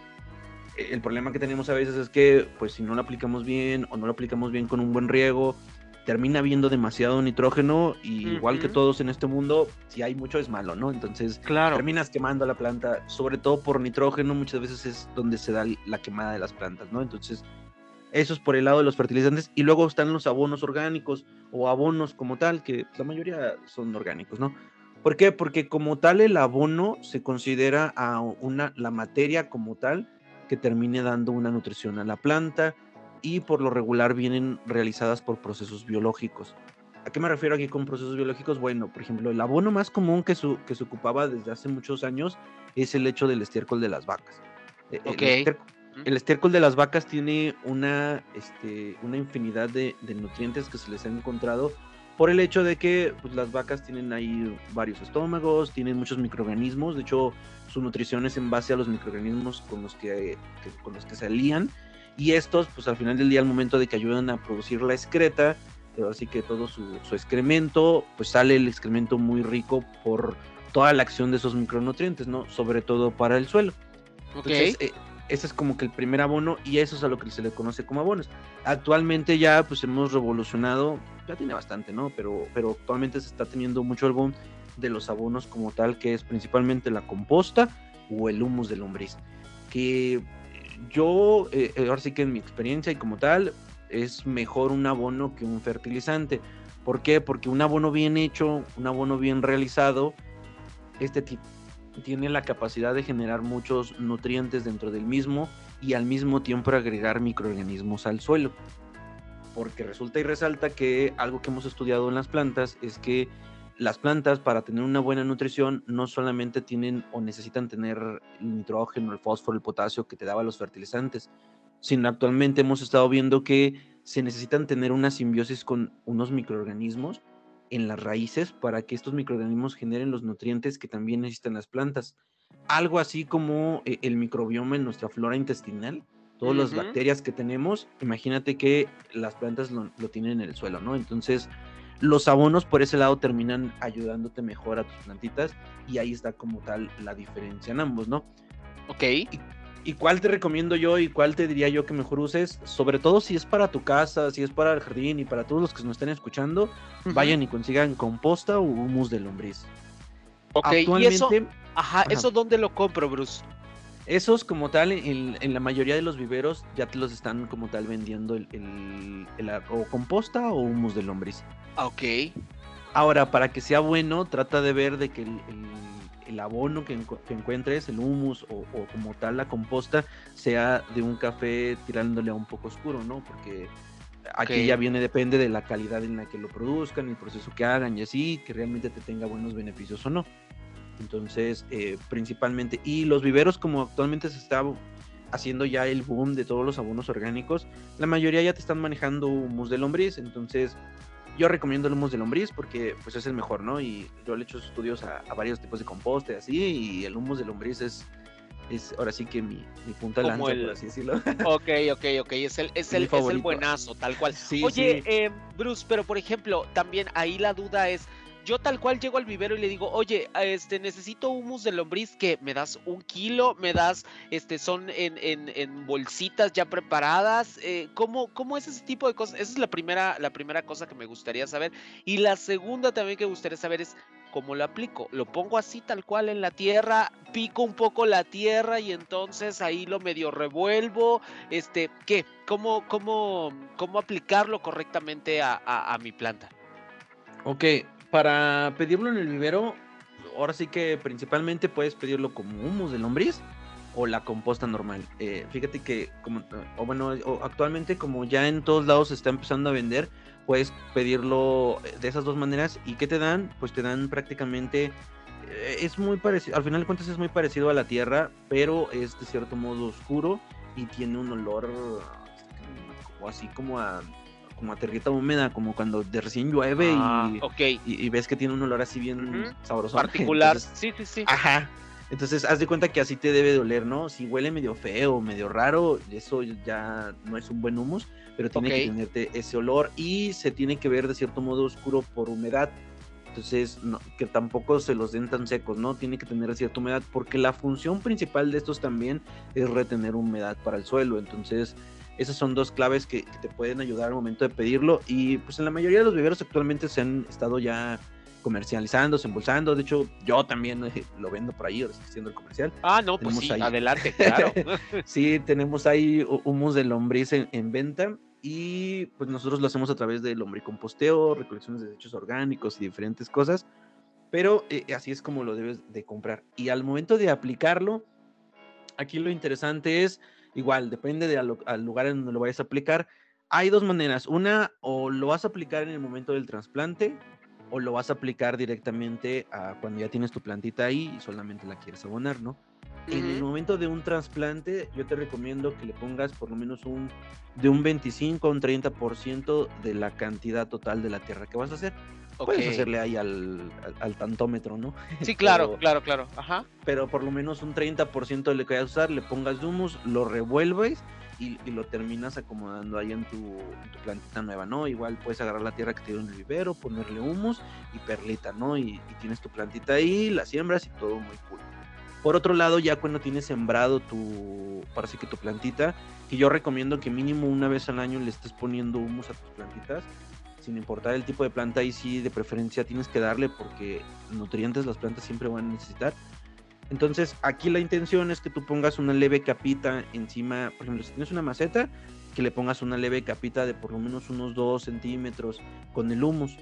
[SPEAKER 5] El problema que tenemos a veces es que, pues, si no lo aplicamos bien o no lo aplicamos bien con un buen riego, termina habiendo demasiado nitrógeno, y uh-huh. igual que todos en este mundo, si hay mucho es malo, ¿no? Entonces, claro, terminas quemando la planta, sobre todo por nitrógeno. Muchas veces es donde se da la quemada de las plantas, ¿no? Entonces, eso es por el lado de los fertilizantes. Y luego están los abonos orgánicos o abonos como tal, que la mayoría son orgánicos, ¿no? ¿Por qué? Porque como tal el abono se considera a una, la materia como tal que termine dando una nutrición a la planta, y por lo regular vienen realizadas por procesos biológicos. ¿A qué me refiero aquí con procesos biológicos? Bueno, por ejemplo, el abono más común que, su, que se ocupaba desde hace muchos años es el hecho del estiércol de las vacas.
[SPEAKER 2] Ok.
[SPEAKER 5] El estiércol, el estiércol de las vacas tiene una, este, una infinidad de, de nutrientes que se les ha encontrado por el hecho de que, pues, las vacas tienen ahí varios estómagos, tienen muchos microorganismos. De hecho, su nutrición es en base a los microorganismos con los que, que, con los que se alían, y estos, pues al final del día, al momento de que ayudan a producir la excreta, pero así que todo su, su excremento, pues sale el excremento muy rico por toda la acción de esos micronutrientes, ¿no? Sobre todo para el suelo.
[SPEAKER 2] Okay.
[SPEAKER 5] Entonces, eh, ese es como que el primer abono, y eso es a lo que se le conoce como abonos. Actualmente ya pues hemos revolucionado, ya tiene bastante, ¿no? Pero, pero actualmente se está teniendo mucho el boom de los abonos como tal, que es principalmente la composta o el humus de lombriz, que yo, eh, ahora sí que en mi experiencia y como tal, es mejor un abono que un fertilizante. ¿Por qué? Porque un abono bien hecho, un abono bien realizado, este tipo tiene la capacidad de generar muchos nutrientes dentro del mismo, y al mismo tiempo agregar microorganismos al suelo. Porque resulta y resalta que algo que hemos estudiado en las plantas es que las plantas, para tener una buena nutrición, no solamente tienen o necesitan tener el nitrógeno, el fósforo, el potasio que te daban los fertilizantes, sino actualmente hemos estado viendo que se necesitan tener una simbiosis con unos microorganismos en las raíces para que estos microorganismos generen los nutrientes que también necesitan las plantas. Algo así como el microbioma en nuestra flora intestinal, todas uh-huh. las bacterias que tenemos, imagínate que las plantas lo, lo tienen en el suelo, ¿no? Entonces, los abonos por ese lado terminan ayudándote mejor a tus plantitas, y ahí está como tal la diferencia en ambos, ¿no?
[SPEAKER 2] Ok.
[SPEAKER 5] ¿Y, y cuál te recomiendo yo y cuál te diría yo que mejor uses? Sobre todo si es para tu casa, si es para el jardín y para todos los que nos estén escuchando, uh-huh. vayan y consigan composta o humus de lombriz.
[SPEAKER 2] Ok,
[SPEAKER 5] actualmente,
[SPEAKER 2] ¿y eso? Ajá, ajá, ¿eso dónde lo compro, Bruce?
[SPEAKER 5] Esos como tal, en, en la mayoría de los viveros ya te los están como tal vendiendo el, el, el, el o composta o humus de lombriz.
[SPEAKER 2] Ok.
[SPEAKER 5] Ahora, para que sea bueno, trata de ver de que el, el, el abono que, encu- que encuentres, el humus o, o como tal la composta, sea de un café tirándole a un poco oscuro, ¿no? Porque aquí okay. ya viene, depende de la calidad en la que lo produzcan, el proceso que hagan y así, que realmente te tenga buenos beneficios o no. Entonces, eh, principalmente, y los viveros, como actualmente se está haciendo ya el boom de todos los abonos orgánicos, la mayoría ya te están manejando humus de lombriz. Entonces yo recomiendo el humus de lombriz porque pues es el mejor, ¿no? Y yo le he hecho estudios a, a varios tipos de composta y así, y el humus de lombriz es, es ahora sí que mi, mi punta de lanza, el... por así decirlo.
[SPEAKER 2] Ok, ok, ok, es el, es el, es el buenazo, tal cual.
[SPEAKER 5] Sí,
[SPEAKER 2] Oye,
[SPEAKER 5] sí.
[SPEAKER 2] Eh, Bruce, pero por ejemplo, también ahí la duda es, yo tal cual llego al vivero y le digo, oye, este, necesito humus de lombriz, que me das un kilo, me das, este, son en, en, en bolsitas ya preparadas, eh, ¿cómo, ¿cómo es ese tipo de cosas? Esa es la primera, la primera cosa que me gustaría saber. Y la segunda también que me gustaría saber es, ¿cómo lo aplico? ¿Lo pongo así tal cual en la tierra, pico un poco la tierra y entonces ahí lo medio revuelvo? Este, ¿qué? ¿Cómo, cómo, cómo aplicarlo correctamente a, a, a mi planta?
[SPEAKER 5] Ok, para pedirlo en el vivero, ahora sí que principalmente puedes pedirlo como humus de lombriz o la composta normal. Eh, fíjate que, como, o bueno, o actualmente como ya en todos lados se está empezando a vender, puedes pedirlo de esas dos maneras. ¿Y qué te dan? Pues te dan prácticamente, eh, es muy parecido, al final de cuentas es muy parecido a la tierra, pero es de cierto modo oscuro y tiene un olor o así como a... como a tierrita húmeda, como cuando de recién llueve
[SPEAKER 2] Ah,
[SPEAKER 5] y,
[SPEAKER 2] ok.
[SPEAKER 5] y, y ves que tiene un olor así bien
[SPEAKER 2] Ujú.
[SPEAKER 5] sabroso.
[SPEAKER 2] Particular.
[SPEAKER 5] Entonces,
[SPEAKER 2] Sí, sí, sí.
[SPEAKER 5] ajá. Entonces, haz de cuenta que así te debe de oler, ¿no? Si huele medio feo, medio raro, eso ya no es un buen humus, pero tiene
[SPEAKER 2] Ok.
[SPEAKER 5] que tenerte ese olor y se tiene que ver de cierto modo oscuro por humedad. Entonces, no, que tampoco se los den tan secos, ¿no? Tiene que tener cierta humedad, porque la función principal de estos también es retener humedad para el suelo. Entonces, esas son dos claves que, que te pueden ayudar al momento de pedirlo. Y pues en la mayoría de los viveros actualmente se han estado ya comercializando, embolsando. De hecho, yo también eh, lo vendo por ahí, ahora sí, haciendo el comercial.
[SPEAKER 2] Ah, no, pues
[SPEAKER 5] Tenemos
[SPEAKER 2] sí,
[SPEAKER 5] ahí-
[SPEAKER 2] adelante, claro.
[SPEAKER 5] Sí, tenemos ahí hu- humus de lombriz en, en venta y pues nosotros lo hacemos a través de lombricomposteo, recolecciones de desechos orgánicos y diferentes cosas, pero eh, así es como lo debes de comprar. Y al momento de aplicarlo, aquí lo interesante es, igual, depende del lugar en donde lo vayas a aplicar. Hay dos maneras. Una, o lo vas a aplicar en el momento del trasplante, o lo vas a aplicar directamente a cuando ya tienes tu plantita ahí y solamente la quieres abonar, ¿no? En el
[SPEAKER 2] Ujú.
[SPEAKER 5] momento de un trasplante, yo te recomiendo que le pongas por lo menos un de un veinticinco a un treinta por ciento de la cantidad total de la tierra que vas a hacer.
[SPEAKER 2] Ok.
[SPEAKER 5] Puedes hacerle ahí al, al, al tantómetro, ¿no?
[SPEAKER 2] Sí, claro,
[SPEAKER 5] Pero-
[SPEAKER 2] claro, claro. Ajá.
[SPEAKER 5] pero por lo menos un treinta por ciento de lo que vayas a usar, le pongas de humus, lo revuelves y, y lo terminas acomodando ahí en tu, en tu plantita nueva, ¿no? Igual puedes agarrar la tierra que te dio en el vivero, ponerle humus y perlita, ¿no? Y, y tienes tu plantita ahí, la siembras y todo muy cool. Por otro lado, ya cuando tienes sembrado tu, parece que tu plantita, que yo recomiendo que mínimo una vez al año le estés poniendo humus a tus plantitas, sin importar el tipo de planta, ahí sí de preferencia tienes que darle porque nutrientes las plantas siempre van a necesitar. Entonces aquí la intención es que tú pongas una leve capita encima, por ejemplo, si tienes una maceta, que le pongas una leve capita de por lo menos unos dos centímetros con el humus.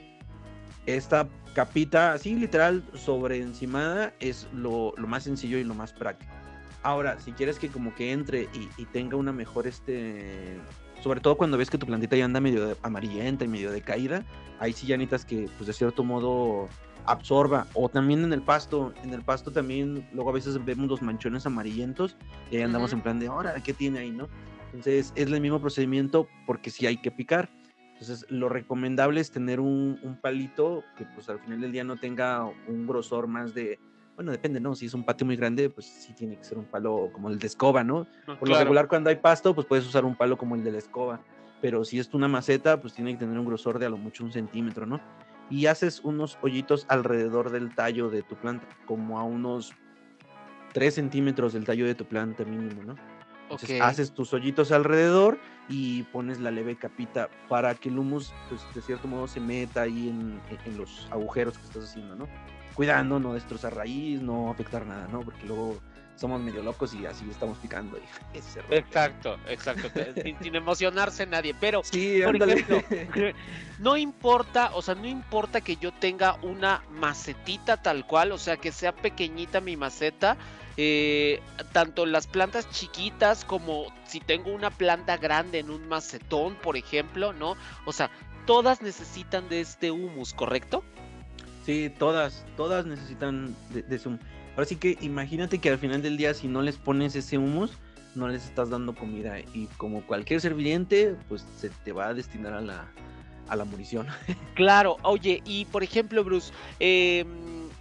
[SPEAKER 5] Esta capita, así literal, sobre encimada, es lo, lo más sencillo y lo más práctico. Ahora, si quieres que como que entre y, y tenga una mejor, este, sobre todo cuando ves que tu plantita ya anda medio de- amarillenta y medio decaída, ahí sí ya necesitas que, pues de cierto modo, absorba. O también en el pasto, en el pasto también, luego a veces vemos los manchones amarillentos y ahí andamos
[SPEAKER 2] Ujú.
[SPEAKER 5] en plan de, ahora, ¿qué tiene ahí, no? Entonces, es el mismo procedimiento porque sí hay que picar. Entonces, lo recomendable es tener un, un palito que, pues, al final del día no tenga un grosor más de, bueno, depende, ¿no? Si es un patio muy grande, pues sí tiene que ser un palo como el de escoba, ¿no? Por lo
[SPEAKER 2] Claro.
[SPEAKER 5] regular, cuando hay pasto, pues puedes usar un palo como el de la escoba. Pero si es una maceta, pues tiene que tener un grosor de a lo mucho un centímetro, ¿no? Y haces unos hoyitos alrededor del tallo de tu planta, como a unos tres centímetros del tallo de tu planta mínimo, ¿no? Entonces
[SPEAKER 2] Ok.
[SPEAKER 5] haces tus hoyitos alrededor y pones la leve capita para que el humus, pues de cierto modo, se meta ahí en, en los agujeros que estás haciendo, ¿no? Cuidando, no destrozar raíz, no afectar nada, ¿no? Porque luego somos medio locos y así estamos picando y se rompe.
[SPEAKER 2] Exacto, exacto. te- Sin, sin emocionarse nadie. Pero,
[SPEAKER 5] Sí,
[SPEAKER 2] por
[SPEAKER 5] ándale.
[SPEAKER 2] ejemplo, no importa, o sea, no importa que yo tenga una macetita tal cual, o sea, que sea pequeñita mi maceta, eh, tanto las plantas chiquitas como si tengo una planta grande en un macetón, por ejemplo, ¿no? O sea, todas necesitan de este humus, ¿correcto?
[SPEAKER 5] Sí, todas, todas necesitan de, de ese humus. Ahora sí que imagínate que al final del día, si no les pones ese humus, no les estás dando comida. Y como cualquier ser viviente, pues se te va a destinar a la, a la morición.
[SPEAKER 2] Claro, oye, y por ejemplo, Bruce, em,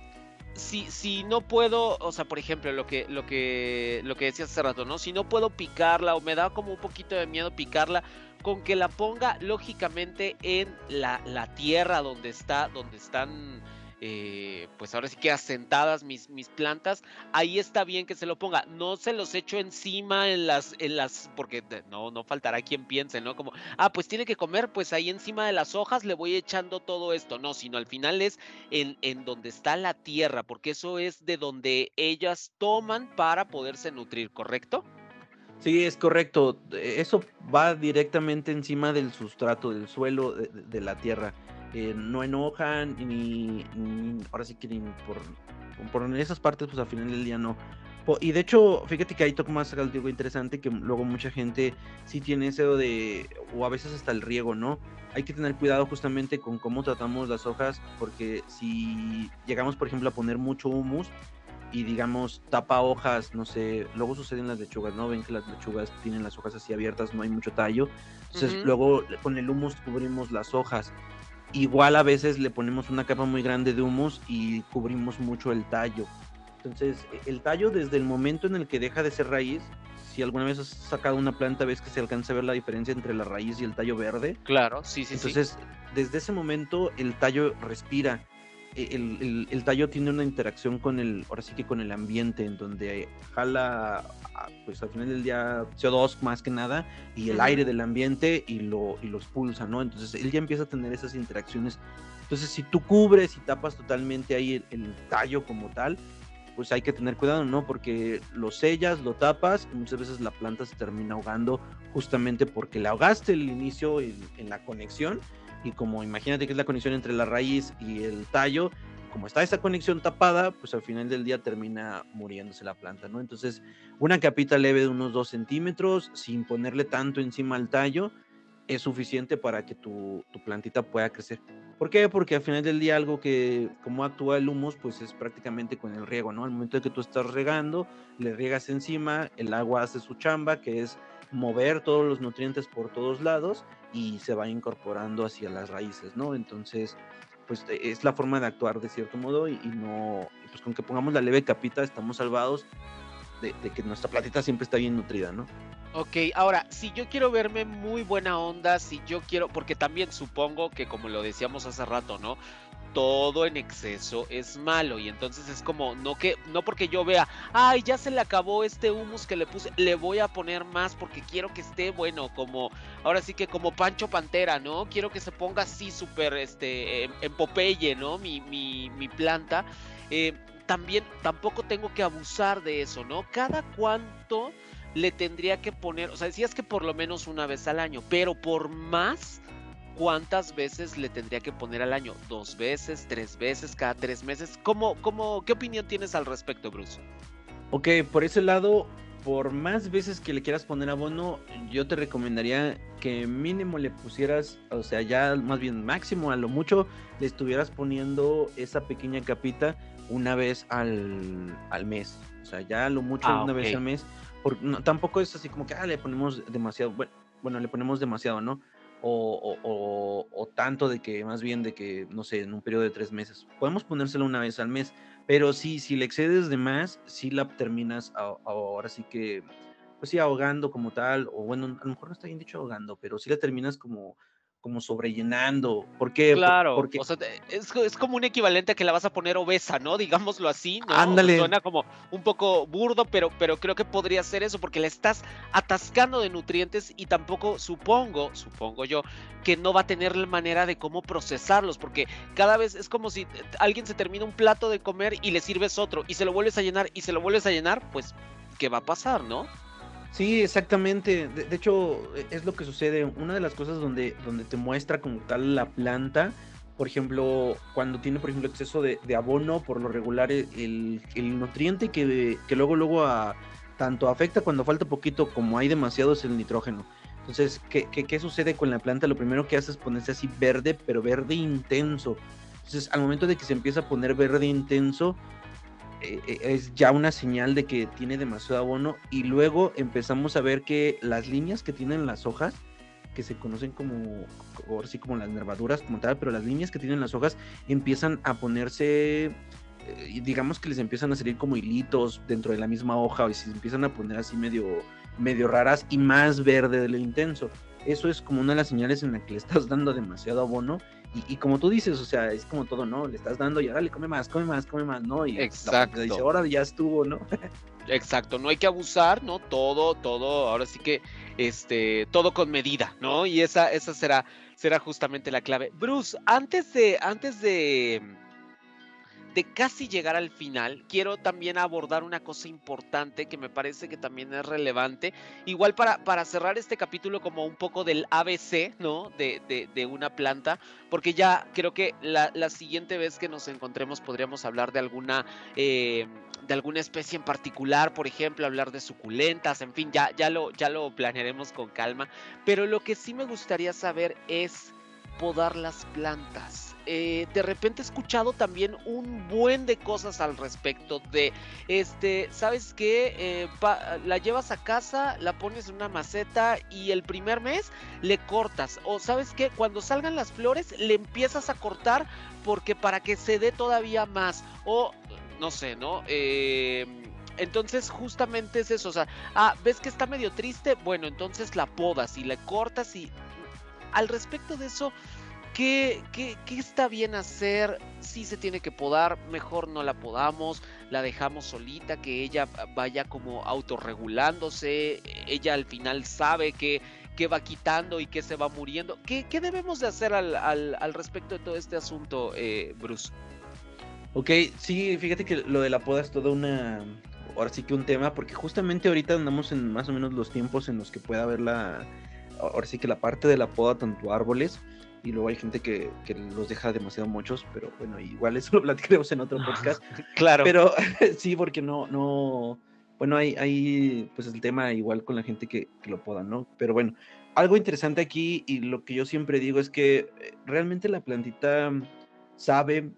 [SPEAKER 2] si, si no puedo, o sea, por ejemplo, lo que, lo que, lo que decías hace rato, ¿no? Si no puedo picarla o me da como un poquito de miedo picarla, con que la ponga lógicamente en la, la tierra donde está, donde están, eh, pues ahora sí que asentadas mis, mis plantas, ahí está bien que se lo ponga. No se los echo encima en las, en las, porque de- no, no faltará quien piense, ¿no? Como, ah, pues tiene que comer, pues ahí encima de las hojas le voy echando todo esto. No, sino al final es en, en donde está la tierra, porque eso es de donde ellas toman para poderse nutrir, ¿correcto?
[SPEAKER 5] Sí, es correcto. Eso va directamente encima del sustrato, del suelo, de, de- de la tierra. Eh, no enojan ni, ni- ahora sí que ni por, por esas partes, pues al final del día no. Po- Y de hecho, fíjate que ahí tomas algo interesante que luego mucha gente sí tiene eso de, o a veces hasta el riego, ¿no? Hay que tener cuidado justamente con cómo tratamos las hojas, porque si llegamos, por ejemplo, a poner mucho humus, y digamos tapa hojas, no sé, luego sucede en las lechugas, ¿no? Ven que las lechugas tienen las hojas así abiertas, no hay mucho tallo, entonces
[SPEAKER 2] Ujú.
[SPEAKER 5] luego con el humus cubrimos las hojas. Igual a veces le ponemos una capa muy grande de humus y cubrimos mucho el tallo. Entonces, el tallo desde el momento en el que deja de ser raíz, si alguna vez has sacado una planta, ves que se alcanza a ver la diferencia entre la raíz y el tallo verde.
[SPEAKER 2] Claro, sí, sí, sí.
[SPEAKER 5] Entonces, desde ese momento el tallo respira. E- El, el- el tallo tiene una interacción con el, ahora sí que con el ambiente, en donde jala, a- pues al final del día, C O dos más que nada, y el
[SPEAKER 2] Ujú.
[SPEAKER 5] aire del ambiente y lo, y lo expulsa, ¿no? Entonces él ya empieza a tener esas interacciones. Entonces, si tú cubres y tapas totalmente ahí el, el tallo como tal, pues hay que tener cuidado, ¿no? Porque lo sellas, lo tapas, y muchas veces la planta se termina ahogando justamente porque le ahogaste el inicio en, en la conexión, y como imagínate que es la conexión entre la raíz y el tallo, como está esa conexión tapada, pues al final del día termina muriéndose la planta, ¿no? Entonces, una capita leve de unos dos centímetros, sin ponerle tanto encima al tallo, es suficiente para que tu, tu plantita pueda crecer. ¿Por qué? Porque al final del día algo que, como actúa el humus, pues es prácticamente con el riego, ¿no? Al momento de que tú estás regando, le riegas encima, el agua hace su chamba, que es mover todos los nutrientes por todos lados y se va incorporando hacia las raíces, ¿no? Entonces, pues es la forma de actuar de cierto modo, y, y no, y pues con que pongamos la leve capita estamos salvados de, de que nuestra plantita siempre está bien nutrida, ¿no?
[SPEAKER 2] Ok, ahora, si yo quiero verme muy buena onda, si yo quiero, porque también supongo que como lo decíamos hace rato, ¿no? Todo en exceso es malo y entonces es como, no que, no porque yo vea, ay, ya se le acabó este humus que le puse, le voy a poner más porque quiero que esté bueno, como, ahora sí que como Pancho Pantera, ¿no? Quiero que se ponga así súper, este, en, en Popeye, ¿no? Mi, mi, mi planta. Eh, también, tampoco tengo que abusar de eso, ¿no? Cada cuánto le tendría que poner, o sea, decías que por lo menos una vez al año, pero por más, ¿cuántas veces le tendría que poner al año? ¿Dos veces? ¿Tres veces? ¿Cada tres meses? ¿Cómo, cómo, qué opinión tienes al respecto, Bruce?
[SPEAKER 5] Ok, por ese lado, por más veces que le quieras poner abono, yo te recomendaría que mínimo le pusieras, o sea, ya más bien máximo, a lo mucho, le estuvieras poniendo esa pequeña capita una vez al, al mes. O sea, ya a lo mucho
[SPEAKER 2] Ah,
[SPEAKER 5] una vez
[SPEAKER 2] ok.
[SPEAKER 5] al mes. Por, no, tampoco es así como que, ah, le ponemos demasiado, bueno, bueno, le ponemos demasiado, ¿no? O, o, o, o tanto de que, más bien de que, no sé, en un periodo de tres meses. Podemos ponérselo una vez al mes, pero sí, si le excedes de más, sí la terminas a- a- ahora sí que, pues sí, ahogando como tal, o bueno, a lo mejor no está bien dicho ahogando, pero sí la terminas como, como sobrellenando. ¿Por qué? Por-
[SPEAKER 2] Claro,
[SPEAKER 5] porque,
[SPEAKER 2] o sea, te- es, co- es como un equivalente a que la vas a poner obesa, ¿no? Digámoslo así, ¿no? O sea,
[SPEAKER 5] ándale,
[SPEAKER 2] suena como un poco burdo, pero, pero creo que podría ser eso, porque la estás atascando de nutrientes y tampoco supongo, supongo yo, que no va a tener la manera de cómo procesarlos, porque cada vez es como si eh, alguien se termina un plato de comer y le sirves otro y se lo vuelves a llenar y se lo vuelves a llenar, pues, ¿qué va a pasar, no?
[SPEAKER 5] sí, exactamente. De, de hecho, e- es lo que sucede. Una de las cosas donde, donde te muestra como tal la planta, por ejemplo, cuando tiene, por ejemplo, exceso de, de abono, por lo regular, e- el, el nutriente que, que luego, luego a, tanto afecta cuando falta poquito como hay demasiado es el nitrógeno. Entonces, ¿qué, qué, qué sucede con la planta? Lo primero que hace es ponerse así verde, pero verde intenso. Entonces, al momento de que se empieza a poner verde intenso, eh, eh, es ya una señal de que tiene demasiado abono, y luego empezamos a ver que las líneas que tienen las hojas, que se conocen como, ahora sí como las nervaduras como tal, pero las líneas que tienen las hojas empiezan a ponerse, eh, digamos que les empiezan a salir como hilitos dentro de la misma hoja, y se empiezan a poner así medio, medio raras y más verde de lo intenso. Eso es como una de las señales en la que le estás dando demasiado abono. Y, y como tú dices, o sea, es como todo, ¿no? Le estás dando y órale, come más, come más, come más, ¿no? Y la planta dice,
[SPEAKER 2] Exacto.
[SPEAKER 5] órale, ya estuvo, ¿no?
[SPEAKER 2] Exacto, no hay que abusar, ¿no? Todo, todo, ahora sí que, este, todo con medida, ¿no? Y esa, esa será, será justamente la clave. Bruce, antes de, antes de, de casi llegar al final, quiero también abordar una cosa importante que me parece que también es relevante. Igual para, para cerrar este capítulo como un poco del A B C, ¿no? De, de, de una planta, porque ya creo que la, la siguiente vez que nos encontremos podríamos hablar de alguna, eh, de alguna especie en particular, por ejemplo, hablar de suculentas, en fin, ya, ya, lo, ya lo planearemos con calma. Pero lo que sí me gustaría saber es podar las plantas. eh, de repente he escuchado también un buen de cosas al respecto de, este, ¿sabes qué? Eh, pa- la llevas a casa, la pones en una maceta y el primer mes le cortas. O ¿sabes qué? Cuando salgan las flores le empiezas a cortar porque para que se dé todavía más. O no sé, ¿no? Eh, entonces justamente es eso, o sea, ah, ¿ves que está medio triste? Bueno, entonces la podas y le cortas y al respecto de eso, ¿qué, qué, qué está bien hacer? Si se tiene que podar, mejor no la podamos, la dejamos solita, que ella vaya como autorregulándose, ella al final sabe que, que va quitando y que se va muriendo. ¿Qué, qué debemos de hacer al, al, al respecto de todo este asunto, eh, Bruce?
[SPEAKER 5] Ok, sí, fíjate que lo de la poda es toda una, ahora sí que un tema, porque justamente ahorita andamos en más o menos los tiempos en los que pueda haber la, ahora sí que la parte de la poda, tanto árboles, y luego hay gente que, que los deja demasiado muchos, pero bueno, igual eso lo platicaremos en otro podcast,
[SPEAKER 2] Claro.
[SPEAKER 5] pero sí, porque no, no, bueno, hay, hay pues el tema igual con la gente que, que lo poda, ¿no? Pero bueno, algo interesante aquí, y lo que yo siempre digo es que eh, realmente la plantita sabe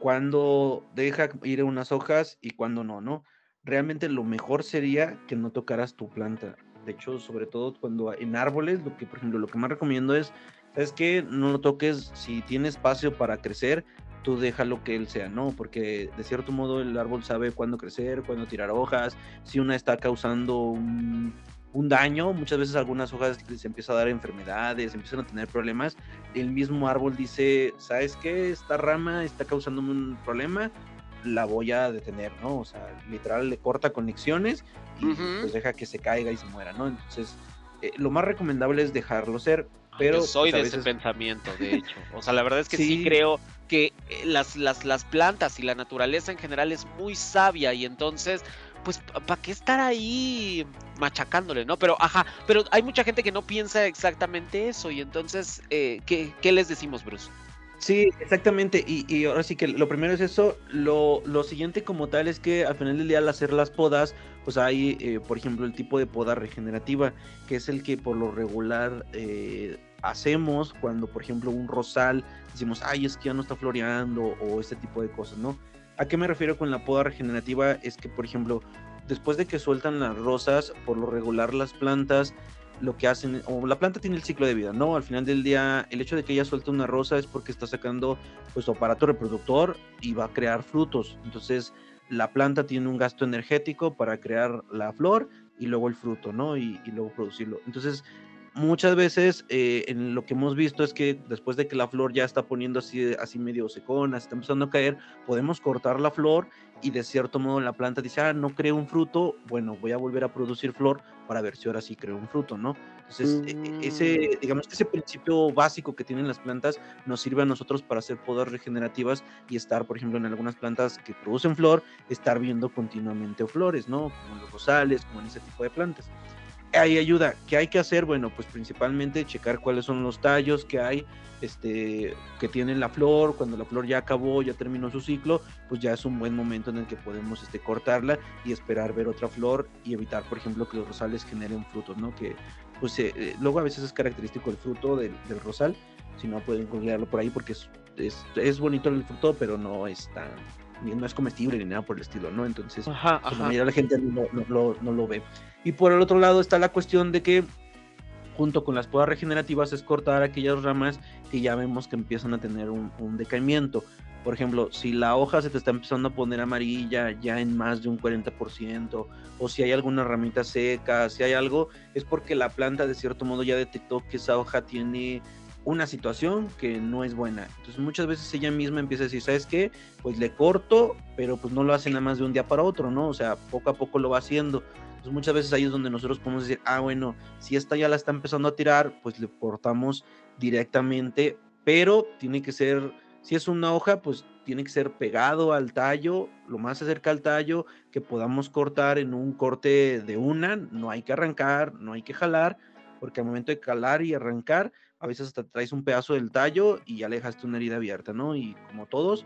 [SPEAKER 5] cuando deja ir unas hojas y cuando no, ¿no? Realmente lo mejor sería que no tocaras tu planta. De hecho, sobre todo cuando en árboles, lo que, por ejemplo, lo que más recomiendo es, ¿sabes qué? No lo toques, si tiene espacio para crecer, tú déjalo que él sea, ¿no? Porque de cierto modo el árbol sabe cuándo crecer, cuándo tirar hojas, si una está causando un, un daño, muchas veces algunas hojas les empieza a dar enfermedades, empiezan a tener problemas, el mismo árbol dice, ¿sabes qué? Esta rama está causando un problema, la voy a detener, ¿no? O sea, literal le corta conexiones y
[SPEAKER 2] Ujú.
[SPEAKER 5] pues deja que se caiga y se muera, ¿no? Entonces, eh, lo más recomendable es dejarlo ser, pero
[SPEAKER 2] Yo soy
[SPEAKER 5] pues, a
[SPEAKER 2] de
[SPEAKER 5] veces...
[SPEAKER 2] ese pensamiento, de hecho. O sea, la verdad es que sí,
[SPEAKER 5] Sí,
[SPEAKER 2] creo que eh, las, las, las plantas y la naturaleza en general es muy sabia y entonces, pues, ¿para qué estar ahí machacándole, no? Pero, ajá, pero hay mucha gente que no piensa exactamente eso y entonces, eh, ¿qué, qué les decimos, Bruce?
[SPEAKER 5] sí, exactamente. Y, y ahora sí que lo primero es eso. Lo, lo siguiente como tal es que al final del día al hacer las podas, pues hay, eh, por ejemplo, el tipo de poda regenerativa, que es el que por lo regular eh, hacemos cuando, por ejemplo, un rosal, decimos, ay, es que ya no está floreando o este tipo de cosas, ¿no? ¿A qué me refiero con la poda regenerativa? Es que, por ejemplo, después de que sueltan las rosas, por lo regular las plantas lo que hacen, o la planta tiene el ciclo de vida, ¿no? Al final del día, el hecho de que ella suelte una rosa es porque está sacando pues su aparato reproductor y va a crear frutos. Entonces, la planta tiene un gasto energético para crear la flor y luego el fruto, ¿no? Y, y luego producirlo. Entonces, muchas veces eh, en lo que hemos visto es que después de que la flor ya está poniendo así, así medio secona, está empezando a caer, podemos cortar la flor y de cierto modo la planta dice, ah, no creo un fruto, bueno, voy a volver a producir flor para ver si ahora sí creo un fruto, ¿no? Entonces, e- e- ese,
[SPEAKER 2] Mm.
[SPEAKER 5] digamos que ese principio básico que tienen las plantas nos sirve a nosotros para hacer podas regenerativas y estar, por ejemplo, en algunas plantas que producen flor, estar viendo continuamente flores, ¿no? Como los rosales, como en ese tipo de plantas. Ahí ayuda. ¿Qué hay que hacer? Bueno, pues principalmente checar cuáles son los tallos que hay, este, que tienen la flor. Cuando la flor ya acabó, ya terminó su ciclo, pues ya es un buen momento en el que podemos este, cortarla y esperar ver otra flor y evitar, por ejemplo, que los rosales generen frutos, ¿no? Que pues eh, eh, luego a veces es característico el fruto del, del rosal, si no pueden colgarlo por ahí porque es, es, es bonito el fruto, pero no es tan, no es comestible ni nada por el estilo, ¿no? Entonces,
[SPEAKER 2] Ajá,
[SPEAKER 5] pues la
[SPEAKER 2] ajá.
[SPEAKER 5] mayoría de la gente no, no, no, no lo ve. Y por el otro lado está la cuestión de que junto con las podas regenerativas es cortar aquellas ramas que ya vemos que empiezan a tener un, un decaimiento. Por ejemplo, si la hoja se te está empezando a poner amarilla ya en más de un cuarenta por ciento, o si hay alguna ramita seca, si hay algo, es porque la planta de cierto modo ya detectó que esa hoja tiene una situación que no es buena. Entonces muchas veces ella misma empieza a decir, ¿sabes qué? Pues le corto, pero pues no lo hace nada más de un día para otro, ¿no? O sea, poco a poco lo va haciendo. Entonces muchas veces ahí es donde nosotros podemos decir, ah, bueno, si esta ya la está empezando a tirar, pues le cortamos directamente, pero tiene que ser, si es una hoja, pues tiene que ser pegado al tallo, lo más cerca al tallo que podamos cortar en un corte de una, no hay que arrancar, no hay que jalar, porque al momento de calar y arrancar, a veces hasta traes un pedazo del tallo y ya le dejaste una herida abierta, ¿no? Y como todos,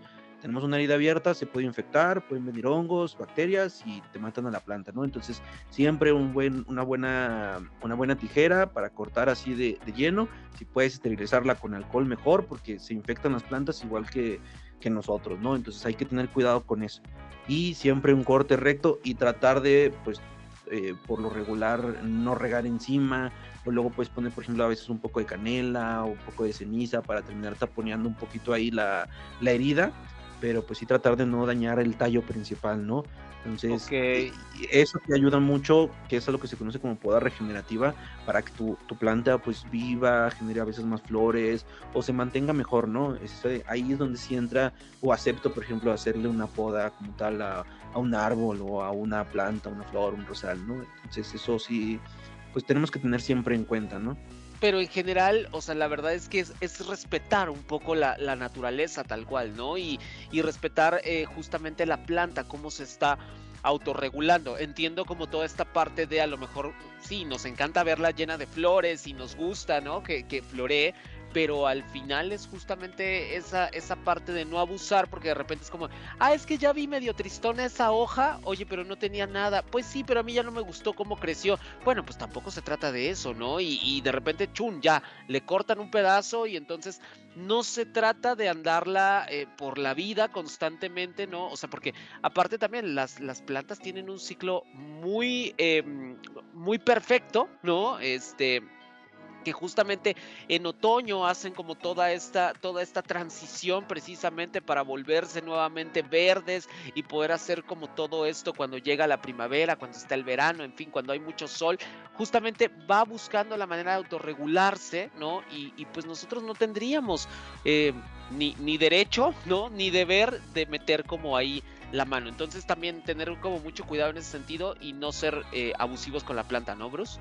[SPEAKER 5] tenemos una herida abierta, se puede infectar, pueden venir hongos, bacterias y te matan a la planta, ¿no? Entonces, siempre un buen, una, buena, una buena tijera para cortar así de, de lleno. Si puedes esterilizarla con alcohol, mejor, porque se infectan las plantas igual que, que nosotros, ¿no? Entonces, hay que tener cuidado con eso. Y siempre un corte recto y tratar de, pues, eh, por lo regular, no regar encima. O luego puedes poner, por ejemplo, a veces un poco de canela o un poco de ceniza para terminar taponeando un poquito ahí la, la herida, pero pues sí tratar de no dañar el tallo principal, ¿no? Entonces,
[SPEAKER 2] Ok.
[SPEAKER 5] eso te ayuda mucho, que es lo que se conoce como poda regenerativa, para que tu, tu planta pues viva, genere a veces más flores o se mantenga mejor, ¿no? Es, ahí es donde sí entra, o acepto, por ejemplo, hacerle una poda como tal a, a un árbol o a una planta, una flor, un rosal, ¿no? Entonces eso sí, pues tenemos que tener siempre en cuenta, ¿no?
[SPEAKER 2] Pero en general, o sea, la verdad es que es, es respetar un poco la, la naturaleza tal cual, ¿no? Y, y respetar eh, justamente la planta, cómo se está autorregulando. Entiendo como toda esta parte de a lo mejor, sí, nos encanta verla llena de flores y nos gusta, ¿no? Que, que floree, pero al final es justamente esa, esa parte de no abusar, porque de repente es como, ah, es que ya vi medio tristona esa hoja, oye, pero no tenía nada. Pues sí, pero a mí ya no me gustó cómo creció. Bueno, pues tampoco se trata de eso, ¿no? Y, y de repente, chun, ya, le cortan un pedazo y entonces no se trata de andarla eh, por la vida constantemente, ¿no? O sea, porque aparte también las, las plantas tienen un ciclo muy, eh, muy perfecto, ¿no? Este que justamente en otoño hacen como toda esta, toda esta transición precisamente para volverse nuevamente verdes y poder hacer como todo esto cuando llega la primavera, cuando está el verano, en fin, cuando hay mucho sol, justamente va buscando la manera de autorregularse, ¿no? Y, y pues nosotros no tendríamos eh, ni, ni derecho, ¿no? Ni deber de meter como ahí la mano. Entonces también tener como mucho cuidado en ese sentido y no ser eh, abusivos con la planta, ¿no, Bruce?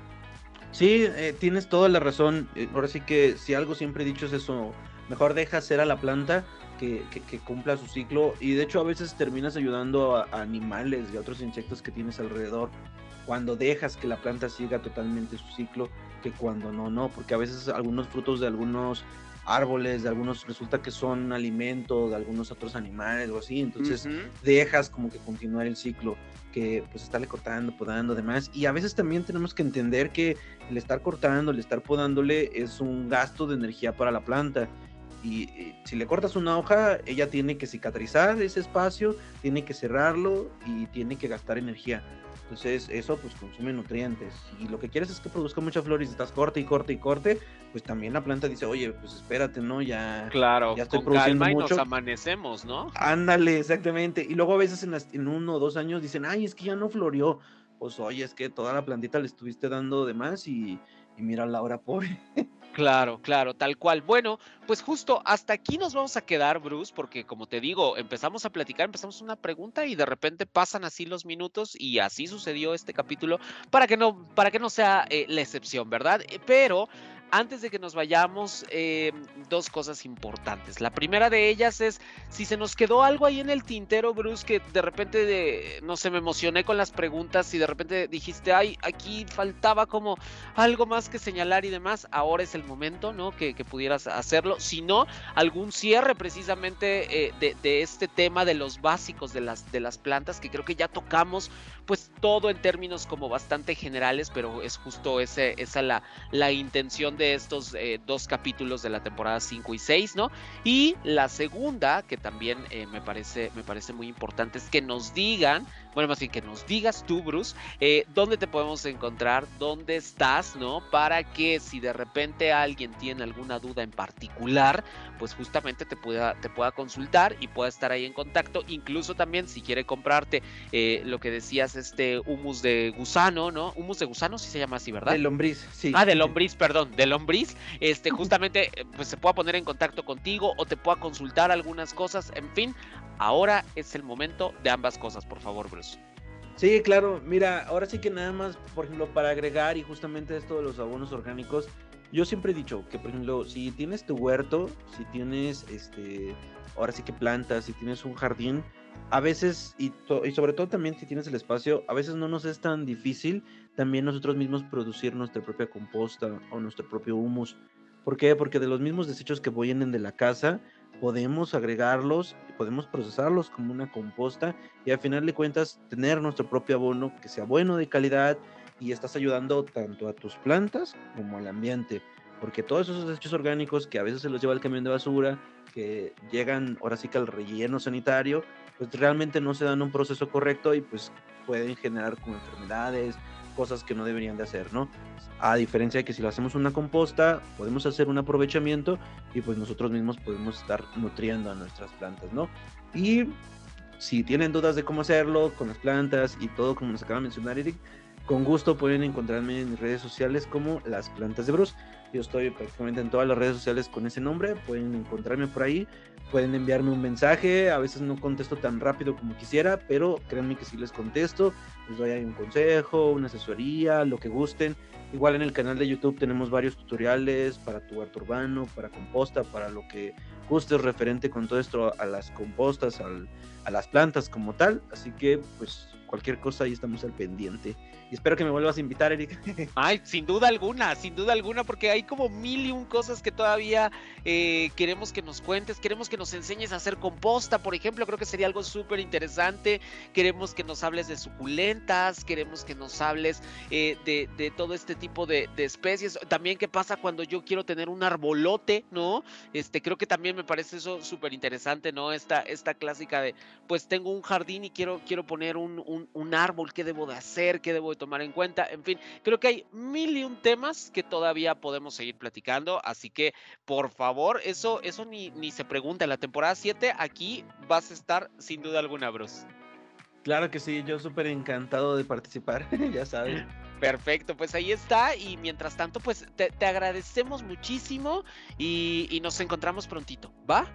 [SPEAKER 5] Sí, eh, tienes toda la razón. Eh, ahora sí que si algo siempre he dicho es eso, mejor deja ser a la planta que, que, que cumpla su ciclo, y de hecho a veces terminas ayudando a, a animales y a otros insectos que tienes alrededor cuando dejas que la planta siga totalmente su ciclo, que cuando no, no, porque a veces algunos frutos de algunos árboles, de algunos resulta que son alimento de algunos otros animales o así, entonces
[SPEAKER 2] Ujú.
[SPEAKER 5] dejas como que continuar el ciclo, que pues estarle cortando, podando, demás, y a veces también tenemos que entender que el estar cortando, el estar podándole es un gasto de energía para la planta. Y eh, si le cortas una hoja, ella tiene que cicatrizar ese espacio, tiene que cerrarlo y tiene que gastar energía. Entonces eso pues consume nutrientes. Y lo que quieres es que produzca mucha flor y si estás corte y corte y corte, pues también la planta dice, oye, pues espérate, ¿no? Ya,
[SPEAKER 2] Claro,
[SPEAKER 5] ya estoy
[SPEAKER 2] con
[SPEAKER 5] produciendo
[SPEAKER 2] calma y nos
[SPEAKER 5] mucho.
[SPEAKER 2] amanecemos, ¿no?
[SPEAKER 5] Ándale, exactamente. Y luego a veces en, las, en uno o dos años dicen, ay, es que ya no floreó. Pues oye, es que toda la plantita le estuviste dando de más y, y mira la hora, pobre.
[SPEAKER 2] Claro, claro, tal cual. Bueno, pues justo hasta aquí nos vamos a quedar, Bruce, porque como te digo, empezamos a platicar, empezamos una pregunta y de repente pasan así los minutos y así sucedió este capítulo para que no, para que no sea eh, la excepción, ¿verdad? Eh, Pero antes de que nos vayamos, eh, dos cosas importantes. La primera de ellas es si se nos quedó algo ahí en el tintero, Bruce, que de repente, de, no sé, me emocioné con las preguntas y de repente dijiste, ay, aquí faltaba como algo más que señalar y demás, ahora es el momento, ¿no? Que, que pudieras hacerlo. Si no, algún cierre precisamente eh, de, de este tema de los básicos de las, de las plantas, que creo que ya tocamos, pues todo en términos como bastante generales, pero es justo ese, esa la, la intención de estos eh, dos capítulos de la temporada cinco y seis, ¿no? Y la segunda, que también eh, me, parece, me parece muy importante, es que nos digan, bueno, más bien que nos digas tú, Bruce, eh, dónde te podemos encontrar, dónde estás, ¿no? Para que si de repente alguien tiene alguna duda en particular, pues justamente te pueda, te pueda consultar y pueda estar ahí en contacto. Incluso también si quiere comprarte eh, lo que decías, este humus de gusano, ¿no? Humus de gusano, sí se llama así, ¿verdad?
[SPEAKER 5] De lombriz, sí.
[SPEAKER 2] Ah, de lombriz, perdón, de lombriz, este, justamente, pues se pueda poner en contacto contigo o te pueda consultar algunas cosas, en fin, ahora es el momento de ambas cosas, por favor, Bruce.
[SPEAKER 5] Sí, claro, mira, ahora sí que nada más, por ejemplo, para agregar y justamente esto de los abonos orgánicos, yo siempre he dicho que, por ejemplo, si tienes tu huerto, si tienes, este, ahora sí que plantas, si tienes un jardín, a veces, y, to- y sobre todo también si tienes el espacio, a veces no nos es tan difícil también nosotros mismos producir nuestra propia composta o nuestro propio humus. ¿Por qué? Porque de los mismos desechos que vienen de la casa, podemos agregarlos, podemos procesarlos como una composta y al final de cuentas tener nuestro propio abono que sea bueno, de calidad, y estás ayudando tanto a tus plantas como al ambiente, porque todos esos desechos orgánicos que a veces se los lleva el camión de basura, que llegan ahora sí que al relleno sanitario, pues realmente no se dan un proceso correcto y pues pueden generar como enfermedades, cosas que no deberían de hacer, ¿no? A diferencia de que si lo hacemos una composta, podemos hacer un aprovechamiento y pues nosotros mismos podemos estar nutriendo a nuestras plantas, ¿no? Y si tienen dudas de cómo hacerlo con las plantas y todo como nos acaba de mencionar Eric, con gusto pueden encontrarme en mis redes sociales como Las Plantas de Bruce. Yo estoy prácticamente en todas las redes sociales con ese nombre, pueden encontrarme por ahí, pueden enviarme un mensaje, a veces no contesto tan rápido como quisiera, pero créanme que sí les contesto, les doy ahí un consejo, una asesoría, lo que gusten. Igual en el canal de YouTube tenemos varios tutoriales para tu huerto urbano, para composta, para lo que gustes referente con todo esto a las compostas, al, a las plantas como tal, así que pues cualquier cosa ahí estamos al pendiente. Y espero que me vuelvas a invitar, Eric.
[SPEAKER 2] Ay, sin duda alguna, sin duda alguna, porque hay como mil y un cosas que todavía eh, queremos que nos cuentes, queremos que nos enseñes a hacer composta, por ejemplo, creo que sería algo súper interesante, queremos que nos hables de suculentas, queremos que nos hables eh, de, de todo este tipo de, de especies, también qué pasa cuando yo quiero tener un arbolote, ¿no? Este, creo que también me parece eso súper interesante, ¿no? Esta, esta clásica de, pues tengo un jardín y quiero, quiero poner un, un, un árbol, ¿qué debo de hacer? ¿Qué debo de tomar en cuenta? En fin, creo que hay mil y un temas que todavía podemos seguir platicando, así que por favor, eso, eso ni, ni se pregunta. En la temporada siete aquí vas a estar sin duda alguna, Bruce.
[SPEAKER 5] Claro que sí, yo súper encantado de participar, ya sabes.
[SPEAKER 2] Perfecto, pues ahí está, y mientras tanto pues te, te agradecemos muchísimo y, y nos encontramos prontito, ¿va?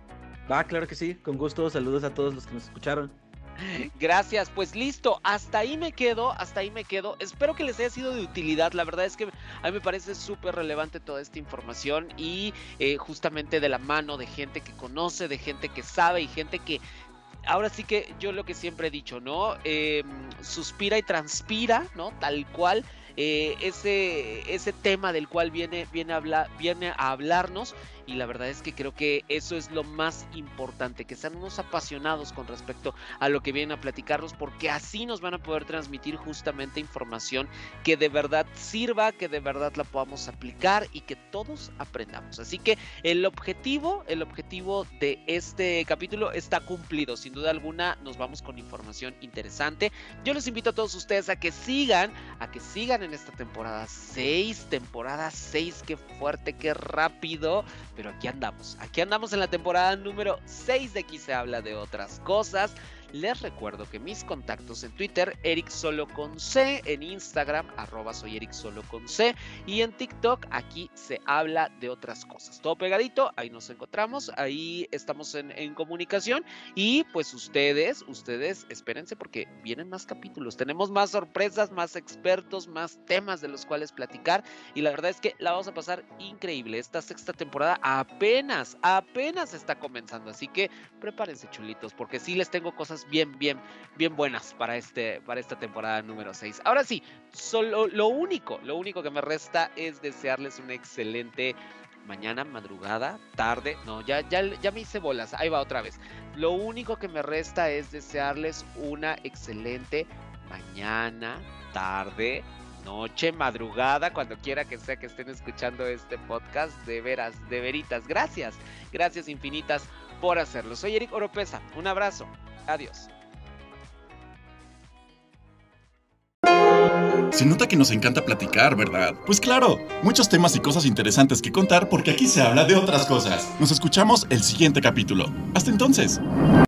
[SPEAKER 5] Va, claro que sí, con gusto, saludos a todos los que nos escucharon.
[SPEAKER 2] Gracias, pues listo, hasta ahí me quedo, hasta ahí me quedo, espero que les haya sido de utilidad, la verdad es que a mí me parece súper relevante toda esta información y eh, justamente de la mano de gente que conoce, de gente que sabe y gente que ahora sí que yo lo que siempre he dicho, ¿no? Eh, suspira y transpira, ¿no? Tal cual. Eh, ese, ese tema del cual viene, viene, a hablar, viene a hablarnos, y la verdad es que creo que eso es lo más importante, que sean unos apasionados con respecto a lo que vienen a platicarnos, porque así nos van a poder transmitir justamente información que de verdad sirva, que de verdad la podamos aplicar y que todos aprendamos. Así que el objetivo, el objetivo de este capítulo está cumplido, sin duda alguna nos vamos con información interesante. Yo les invito a todos ustedes a que sigan, a que sigan en esta temporada seis, temporada seis, qué fuerte, qué rápido, pero aquí andamos, aquí andamos en la temporada número seis de Aquí se habla de otras cosas. Les recuerdo que mis contactos en Twitter, Eric Solo con C, en Instagram, arroba soy Eric Solo con C, y en TikTok, Aquí se habla de otras cosas. Todo pegadito, ahí nos encontramos, ahí estamos en, en comunicación, y pues ustedes, ustedes espérense porque vienen más capítulos, tenemos más sorpresas, más expertos, más temas de los cuales platicar, y la verdad es que la vamos a pasar increíble. Esta sexta temporada apenas, apenas está comenzando, así que prepárense, chulitos, porque sí les tengo cosas bien, bien, bien buenas para, este, para esta temporada número seis. Ahora sí, solo lo único, lo único que me resta es desearles una excelente mañana, madrugada, tarde. No, ya, ya, ya me hice bolas, ahí va otra vez. Lo único que me resta es desearles una excelente mañana, tarde, noche, madrugada, cuando quiera que sea que estén escuchando este podcast. De veras, de veritas, gracias, gracias infinitas por hacerlo. Soy Eric Oropesa, un abrazo. Adiós.
[SPEAKER 1] Se nota que nos encanta platicar, ¿verdad? Pues claro, muchos temas y cosas interesantes que contar porque aquí se habla de otras cosas. Nos escuchamos el siguiente capítulo. Hasta entonces.